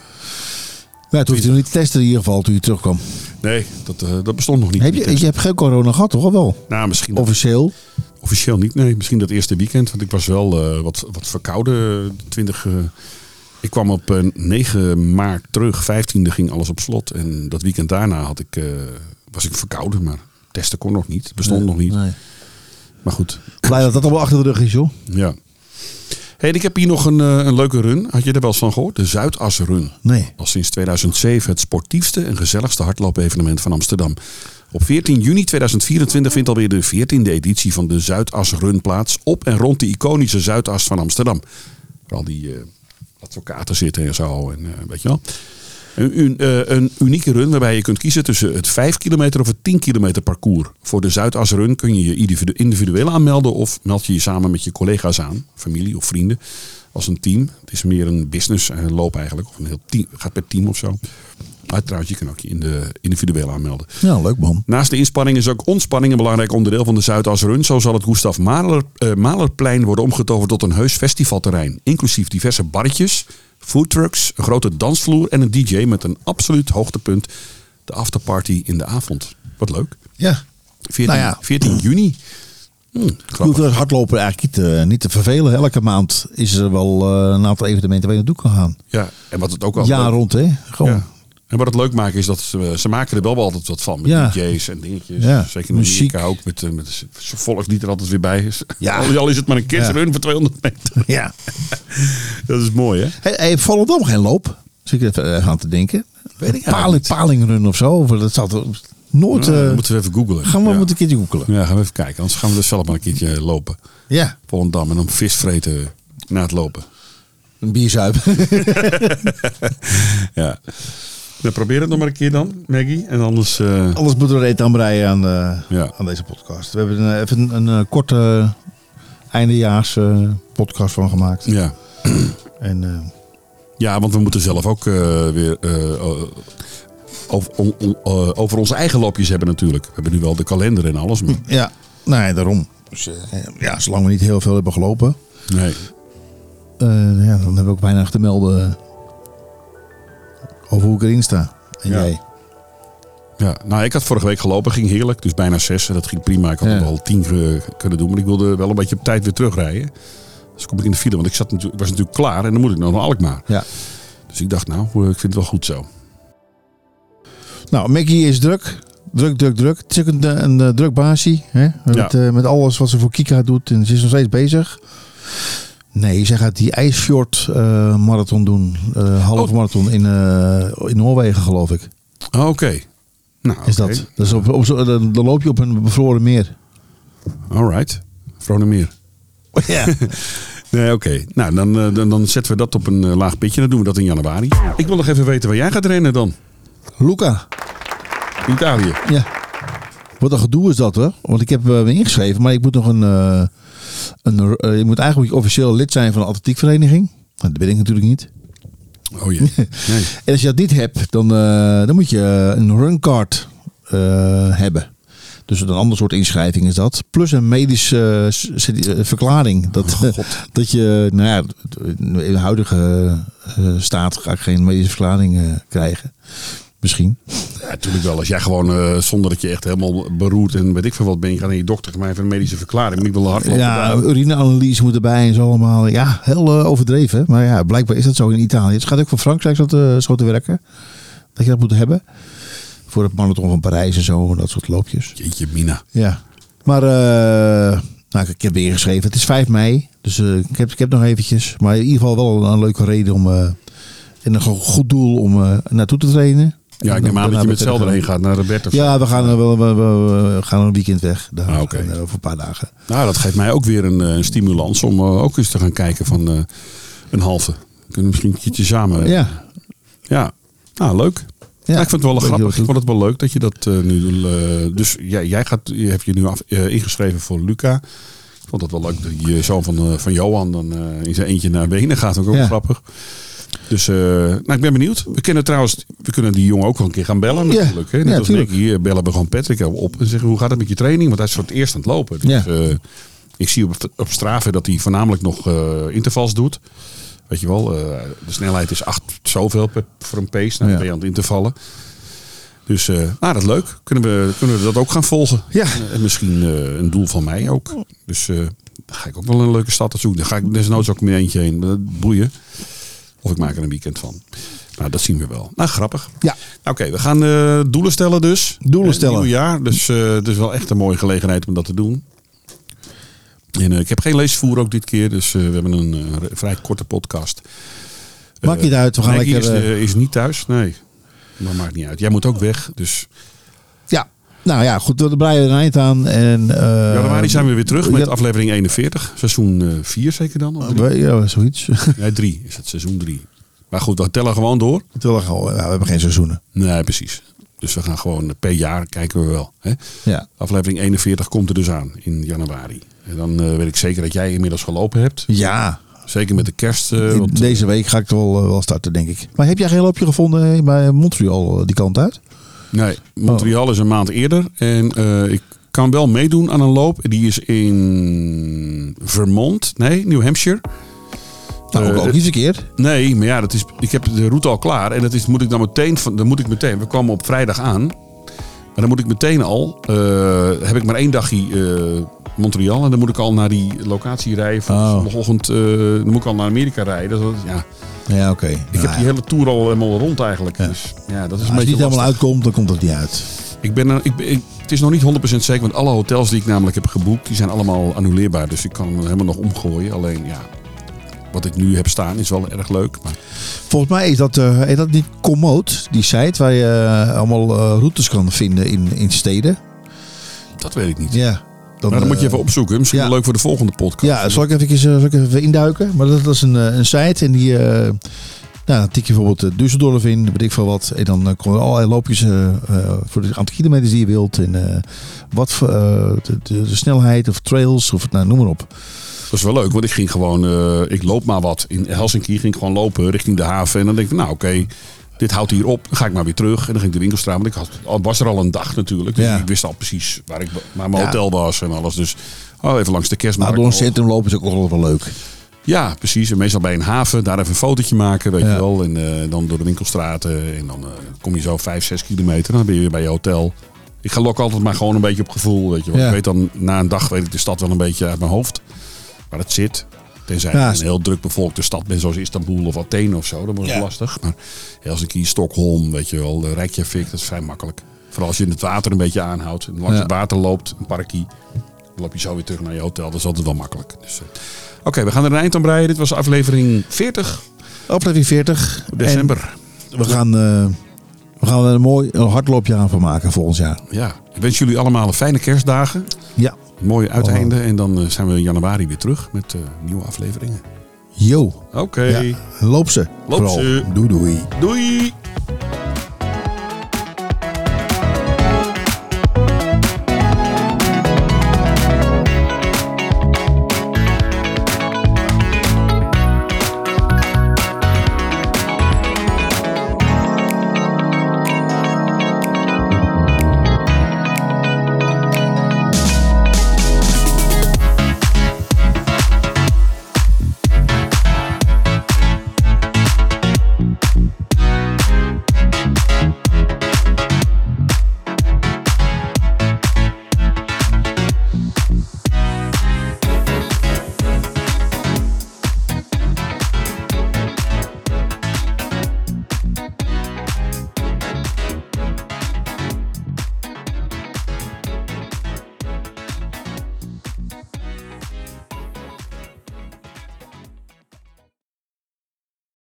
ja, toen hoefde je nog niet te testen in ieder geval toen je terugkwam. Nee, dat, uh, dat bestond nog niet. Heb je, je hebt geen corona gehad, toch? Of wel? Nou, misschien. Officieel? Officieel niet, nee. Misschien dat eerste weekend. Want ik was wel uh, wat, wat verkouden. twintig, uh, ik kwam op uh, negen maart terug. vijftiende ging alles op slot. En dat weekend daarna had ik, uh, was ik verkouden. Maar testen kon nog niet. Bestond nee, nog niet. Nee. Maar goed. Blij dat dat allemaal achter de rug is, joh. Ja. Hey, ik heb hier nog een, een leuke run. Had je er wel eens van gehoord? De Zuidas Run. Nee. Al sinds tweeduizend zeven het sportiefste en gezelligste hardloopevenement van Amsterdam. Op veertien juni tweeduizend vierentwintig vindt alweer de veertiende editie van de Zuidas Run plaats. Op en rond de iconische Zuidas van Amsterdam. Waar al die uh, advocaten zitten en zo. En, uh, weet je wel. Een, een, uh, een unieke run waarbij je kunt kiezen tussen het vijf kilometer of het tien kilometer parcours. Voor de Zuidas Run kun je je individueel aanmelden of meld je je samen met je collega's aan. Familie of vrienden. Als een team. Het is meer een business loop eigenlijk. Of een heel team. Gaat per team of zo. Uiteraard, je kan ook je in de individueel aanmelden. Ja, leuk man. Naast de inspanning is ook ontspanning een belangrijk onderdeel van de Zuidas Run. Zo zal het Gustav Mahler, uh, Mahlerplein worden omgetoverd tot een heus festivalterrein. Inclusief diverse barretjes foodtrucks, een grote dansvloer en een D J met een absoluut hoogtepunt. De afterparty in de avond. Wat leuk. Ja. veertien, Nou ja. veertien juni. Hm, Je hoeft het hardlopen eigenlijk niet, uh, niet te vervelen. Elke maand is er wel uh, een aantal evenementen waar je naartoe kan gaan. Ja, en wat het ook al... Jaar leuk, rond, hè? Gewoon. Ja. En wat het leuk maakt is dat ze, ze maken er wel altijd wat van. Met Ja. D J's en dingetjes. Ja. Zeker in Muziek. Amerika ook. Met, met de volk die er altijd weer bij is. Ja. Al is het maar een kidsrun Ja. voor tweehonderd meter. Ja. Dat is mooi, hè? Hey, hey, Volendam geen loop? Zit ik even uh, aan te denken. Weet ik Paling, Palingrun of zo. Of dat zat er nooit... Nou, Uh, dan moeten we even googlen. gaan we ja. moeten een keertje googelen. Ja, gaan we even kijken. Anders gaan we dus zelf maar een keertje lopen. Ja. Volendam en dan vis vreten na het lopen. Een bier zuipen. Ja. Nou, probeer het nog maar een keer dan, Maggie. En anders... Uh... Alles moeten we er eten aan breien aan, uh, Ja. aan deze podcast. We hebben er even een, een, een korte eindejaars uh, podcast van gemaakt. Ja. En, uh, Ja, want we moeten zelf ook uh, weer uh, uh, over, on, on, uh, over onze eigen loopjes hebben natuurlijk. We hebben nu wel de kalender en alles, maar... ja, nee, daarom. Dus, uh, ja, zolang we niet heel veel hebben gelopen. Nee. Uh, ja, dan hebben we ook weinig te melden over hoe ik erin sta. En Ja. jij? Ja, nou, ik had vorige week gelopen, ging heerlijk. Dus bijna zes en dat ging prima. Ik had Ja. nog wel tien uh, kunnen doen, maar ik wilde wel een beetje op tijd weer terugrijden. Dus kom ik in de file, want ik zat natuurlijk, was natuurlijk klaar en dan moet ik nog naar Alkmaar. Ja. Dus ik dacht, nou, ik vind het wel goed zo. Nou, Maggie is druk. Druk, druk, druk. Het is ook een, een, een druk baasje. Hè? Met, Ja. uh, met alles wat ze voor Kika doet. En ze is nog steeds bezig. Nee, zij gaat die IJsfjord uh, marathon doen. Uh, halve Oh. marathon in, uh, in Noorwegen, geloof ik. Oh, Oké. Okay. Nou, Is okay. dat? Dus op, op, zo- dan, dan loop je op een bevroren meer. Alright. Vronemeer. Ja. Nee, oké. Okay. Nou, dan, uh, dan, dan zetten we dat op een uh, laag pitje. Dan doen we dat in januari. Ik wil nog even weten waar jij gaat rennen dan. Luca. In Italië. Ja. Wat een gedoe is dat, hoor. Want ik heb uh, me ingeschreven, maar ik moet nog een... Uh, een uh, je moet eigenlijk officieel lid zijn van een atletiekvereniging. Dat ben ik natuurlijk niet. Oh jee. Nee. En als je dat niet hebt, dan, uh, dan moet je uh, een runcard uh, hebben. Dus een ander soort inschrijving is dat. Plus een medische uh, verklaring. Dat, Oh, dat je, nou ja, in de huidige uh, staat ga ik geen medische verklaring uh, krijgen. Misschien. Ja, natuurlijk wel. Als jij gewoon uh, zonder dat je echt helemaal beroerd en weet ik veel wat ben, je gaat naar je dokter, geef mij even een medische verklaring. Maar ik wil hardlopen. Ja, urineanalyse moet erbij en zo allemaal. Ja, heel uh, overdreven. Maar ja, blijkbaar is dat zo in Italië. Het gaat ook voor Frankrijk zo te, zo te werken. Dat je dat moet hebben. Voor het marathon van Parijs en zo. Dat soort loopjes. Jeetje, Mina. Ja. Maar uh, nou, ik heb weer ingeschreven. Het is vijf mei. Dus uh, ik, heb, ik heb nog eventjes. Maar in ieder geval wel een, een leuke reden om... Uh, en een goed doel om uh, naartoe te trainen. Ja, ik neem aan dat je met hetzelfde heen gaat naar Robert of zo. Ja, we gaan, uh, we, we, we, we gaan een weekend weg. Daar, Ah, oké. uh, voor een paar dagen. Nou, dat geeft mij ook weer een, een stimulans om uh, ook eens te gaan kijken van uh, een halve. We kunnen misschien een keertje samen. Ja. Ja. Nou, leuk. Ja, Ja, ik vind het wel weet je grappig. wat Ik vond het wel leuk dat je dat uh, nu doet. Uh, dus jij, jij gaat, je hebt je nu af, uh, ingeschreven voor Luca. Ik vond het wel leuk dat je zoon van, uh, van Johan dan uh, in zijn eentje naar Wenen gaat. Ook, ook Ja. grappig. Dus uh, nou, ik ben benieuwd. We kunnen trouwens, we kunnen die jongen ook wel een keer gaan bellen Ja. natuurlijk. Hè? Net Ja, als tuurlijk. ik hier bellen we gewoon Patrick op en zeggen hoe gaat het met je training? Want hij is voor het eerst aan het lopen. Dus, Ja. uh, ik zie op, op Strava dat hij voornamelijk nog uh, intervals doet. Weet je wel, uh, de snelheid is acht zoveel per, voor een pace. Nou, Ja. dan ben je aan het intervallen. Dus uh, nou, dat is leuk. Kunnen we, kunnen we dat ook gaan volgen? Ja. En misschien uh, een doel van mij ook. Dus uh, dan ga ik ook wel een leuke stad zoeken. Dan ga ik desnoods ook met eentje heen. Dat boeien. Of ik maak er een weekend van. Nou, dat zien we wel. Nou, grappig. Ja. Oké, okay, we gaan uh, doelen stellen dus. Doelen stellen. Nieuw jaar. Dus uh, het is wel echt een mooie gelegenheid om dat te doen. En uh, ik heb geen leesvoer ook dit keer. Dus uh, we hebben een uh, vrij korte podcast. Maakt niet uit. We gaan Maggie lekker... is, Uh, uh, is niet thuis. Nee. Maar maakt niet uit. Jij moet ook weg. Dus ja. Nou ja, goed. We breien er een eind aan. En, uh, januari zijn we weer terug met ja. aflevering eenenveertig. Seizoen vier zeker dan? Of drie? Ja, zoiets. Nee, drie is het. Seizoen drie. Maar goed, we tellen gewoon door. Terwijl we, al, ja, we hebben geen seizoenen. Nee, precies. Dus we gaan gewoon per jaar kijken we wel. Hè? Ja. Aflevering eenenveertig komt er dus aan in januari. En dan uh, weet ik zeker dat jij inmiddels gelopen hebt. Ja. Zeker met de kerst. Uh, In want, deze week ga ik er wel, uh, wel starten, denk ik. Maar heb jij geen loopje gevonden bij Montreal, uh, die kant uit? Nee, Montreal oh. is een maand eerder. En uh, ik kan wel meedoen aan een loop. Die is in Vermont. Nee, New Hampshire. Nou, ook, Uh, ook niet verkeerd. Nee, maar ja, dat is, ik heb de route al klaar. En dat is, moet ik dan meteen, van, dan moet ik meteen. We komen op vrijdag aan. Maar dan moet ik meteen al. Uh, heb ik maar één dagje uh, Montreal. En dan moet ik al naar die locatie rijden. Van Oh. zondagochtend. Uh, dan moet ik al naar Amerika rijden. Dat, ja. Ja, oké. Okay. Ik nou, heb die hele tour al helemaal rond eigenlijk. Ja. Dus ja, dat is nou, een als beetje het niet helemaal lastig. uitkomt, dan komt het niet uit. Ik ben, er- ik, ben- ik, het is nog niet honderd procent zeker. Want alle hotels die ik namelijk heb geboekt. Die zijn allemaal annuleerbaar. Dus ik kan hem helemaal nog omgooien. Alleen ja. Wat ik nu heb staan is wel erg leuk. Maar... Volgens mij is dat, uh, is dat niet Komoot, die site waar je uh, allemaal uh, routes kan vinden in, in steden. Dat weet ik niet. Ja. Dan, maar dan moet je uh, even opzoeken. Misschien ja. wel leuk voor de volgende podcast. Ja, zal ik even, uh, zal ik even induiken? Maar dat, dat is een, uh, een site en die... Uh, nou, dan tik je bijvoorbeeld uh, Düsseldorf in, weet ik veel wat. En dan uh, komen er allerlei loopjes uh, uh, voor de aantal kilometers die je wilt. En uh, wat voor uh, de, de, de snelheid of trails of nou, noem maar op. Dat is wel leuk, want ik ging gewoon, uh, ik loop maar wat. In Helsinki ging ik gewoon lopen richting de haven. En dan denk ik, nou oké, okay, dit houdt hier op. Dan ga ik maar weer terug. En dan ging ik de winkelstraat. Want ik had, al was er al een dag natuurlijk. Dus ja. ik wist al precies waar, ik, waar mijn ja. hotel was en alles. Dus oh, even langs de kerstmarkt. Maar door een centrum lopen is ook altijd wel leuk. Ja, precies. En meestal bij een haven. Daar even een fotootje maken, weet ja. je wel. En uh, dan door de winkelstraten. En dan uh, kom je zo vijf, zes kilometer. Dan ben je weer bij je hotel. Ik ga lok altijd maar gewoon een beetje op gevoel. Weet je wel. Ja. Ik weet dan, na een dag weet ik de stad wel een beetje uit mijn hoofd. Waar het zit. Tenzij ja, je een heel druk bevolkte stad bent zoals Istanbul of Athene of zo. Dan wordt het ja. lastig. Maar Helsinki, Stockholm, weet je wel. Reykjavik, dat is vrij makkelijk. Vooral als je in het water een beetje aanhoudt. En langs ja. het water loopt, een parkie. Dan loop je zo weer terug naar je hotel. Dat is altijd wel makkelijk. Dus, uh, Oké, okay, we gaan er een eind aan breien. Dit was aflevering veertig. Aflevering veertig. December. En we gaan... Uh... We gaan er een mooi een hardloopje aan van maken volgend jaar. Ja, ik wens jullie allemaal een fijne kerstdagen. Ja. Een mooie uiteinde. Oh. En dan zijn we in januari weer terug met uh, nieuwe afleveringen. Yo. Oké. Okay. Ja. Loop ze. Loop Vooral. ze. Doei doei. Doei.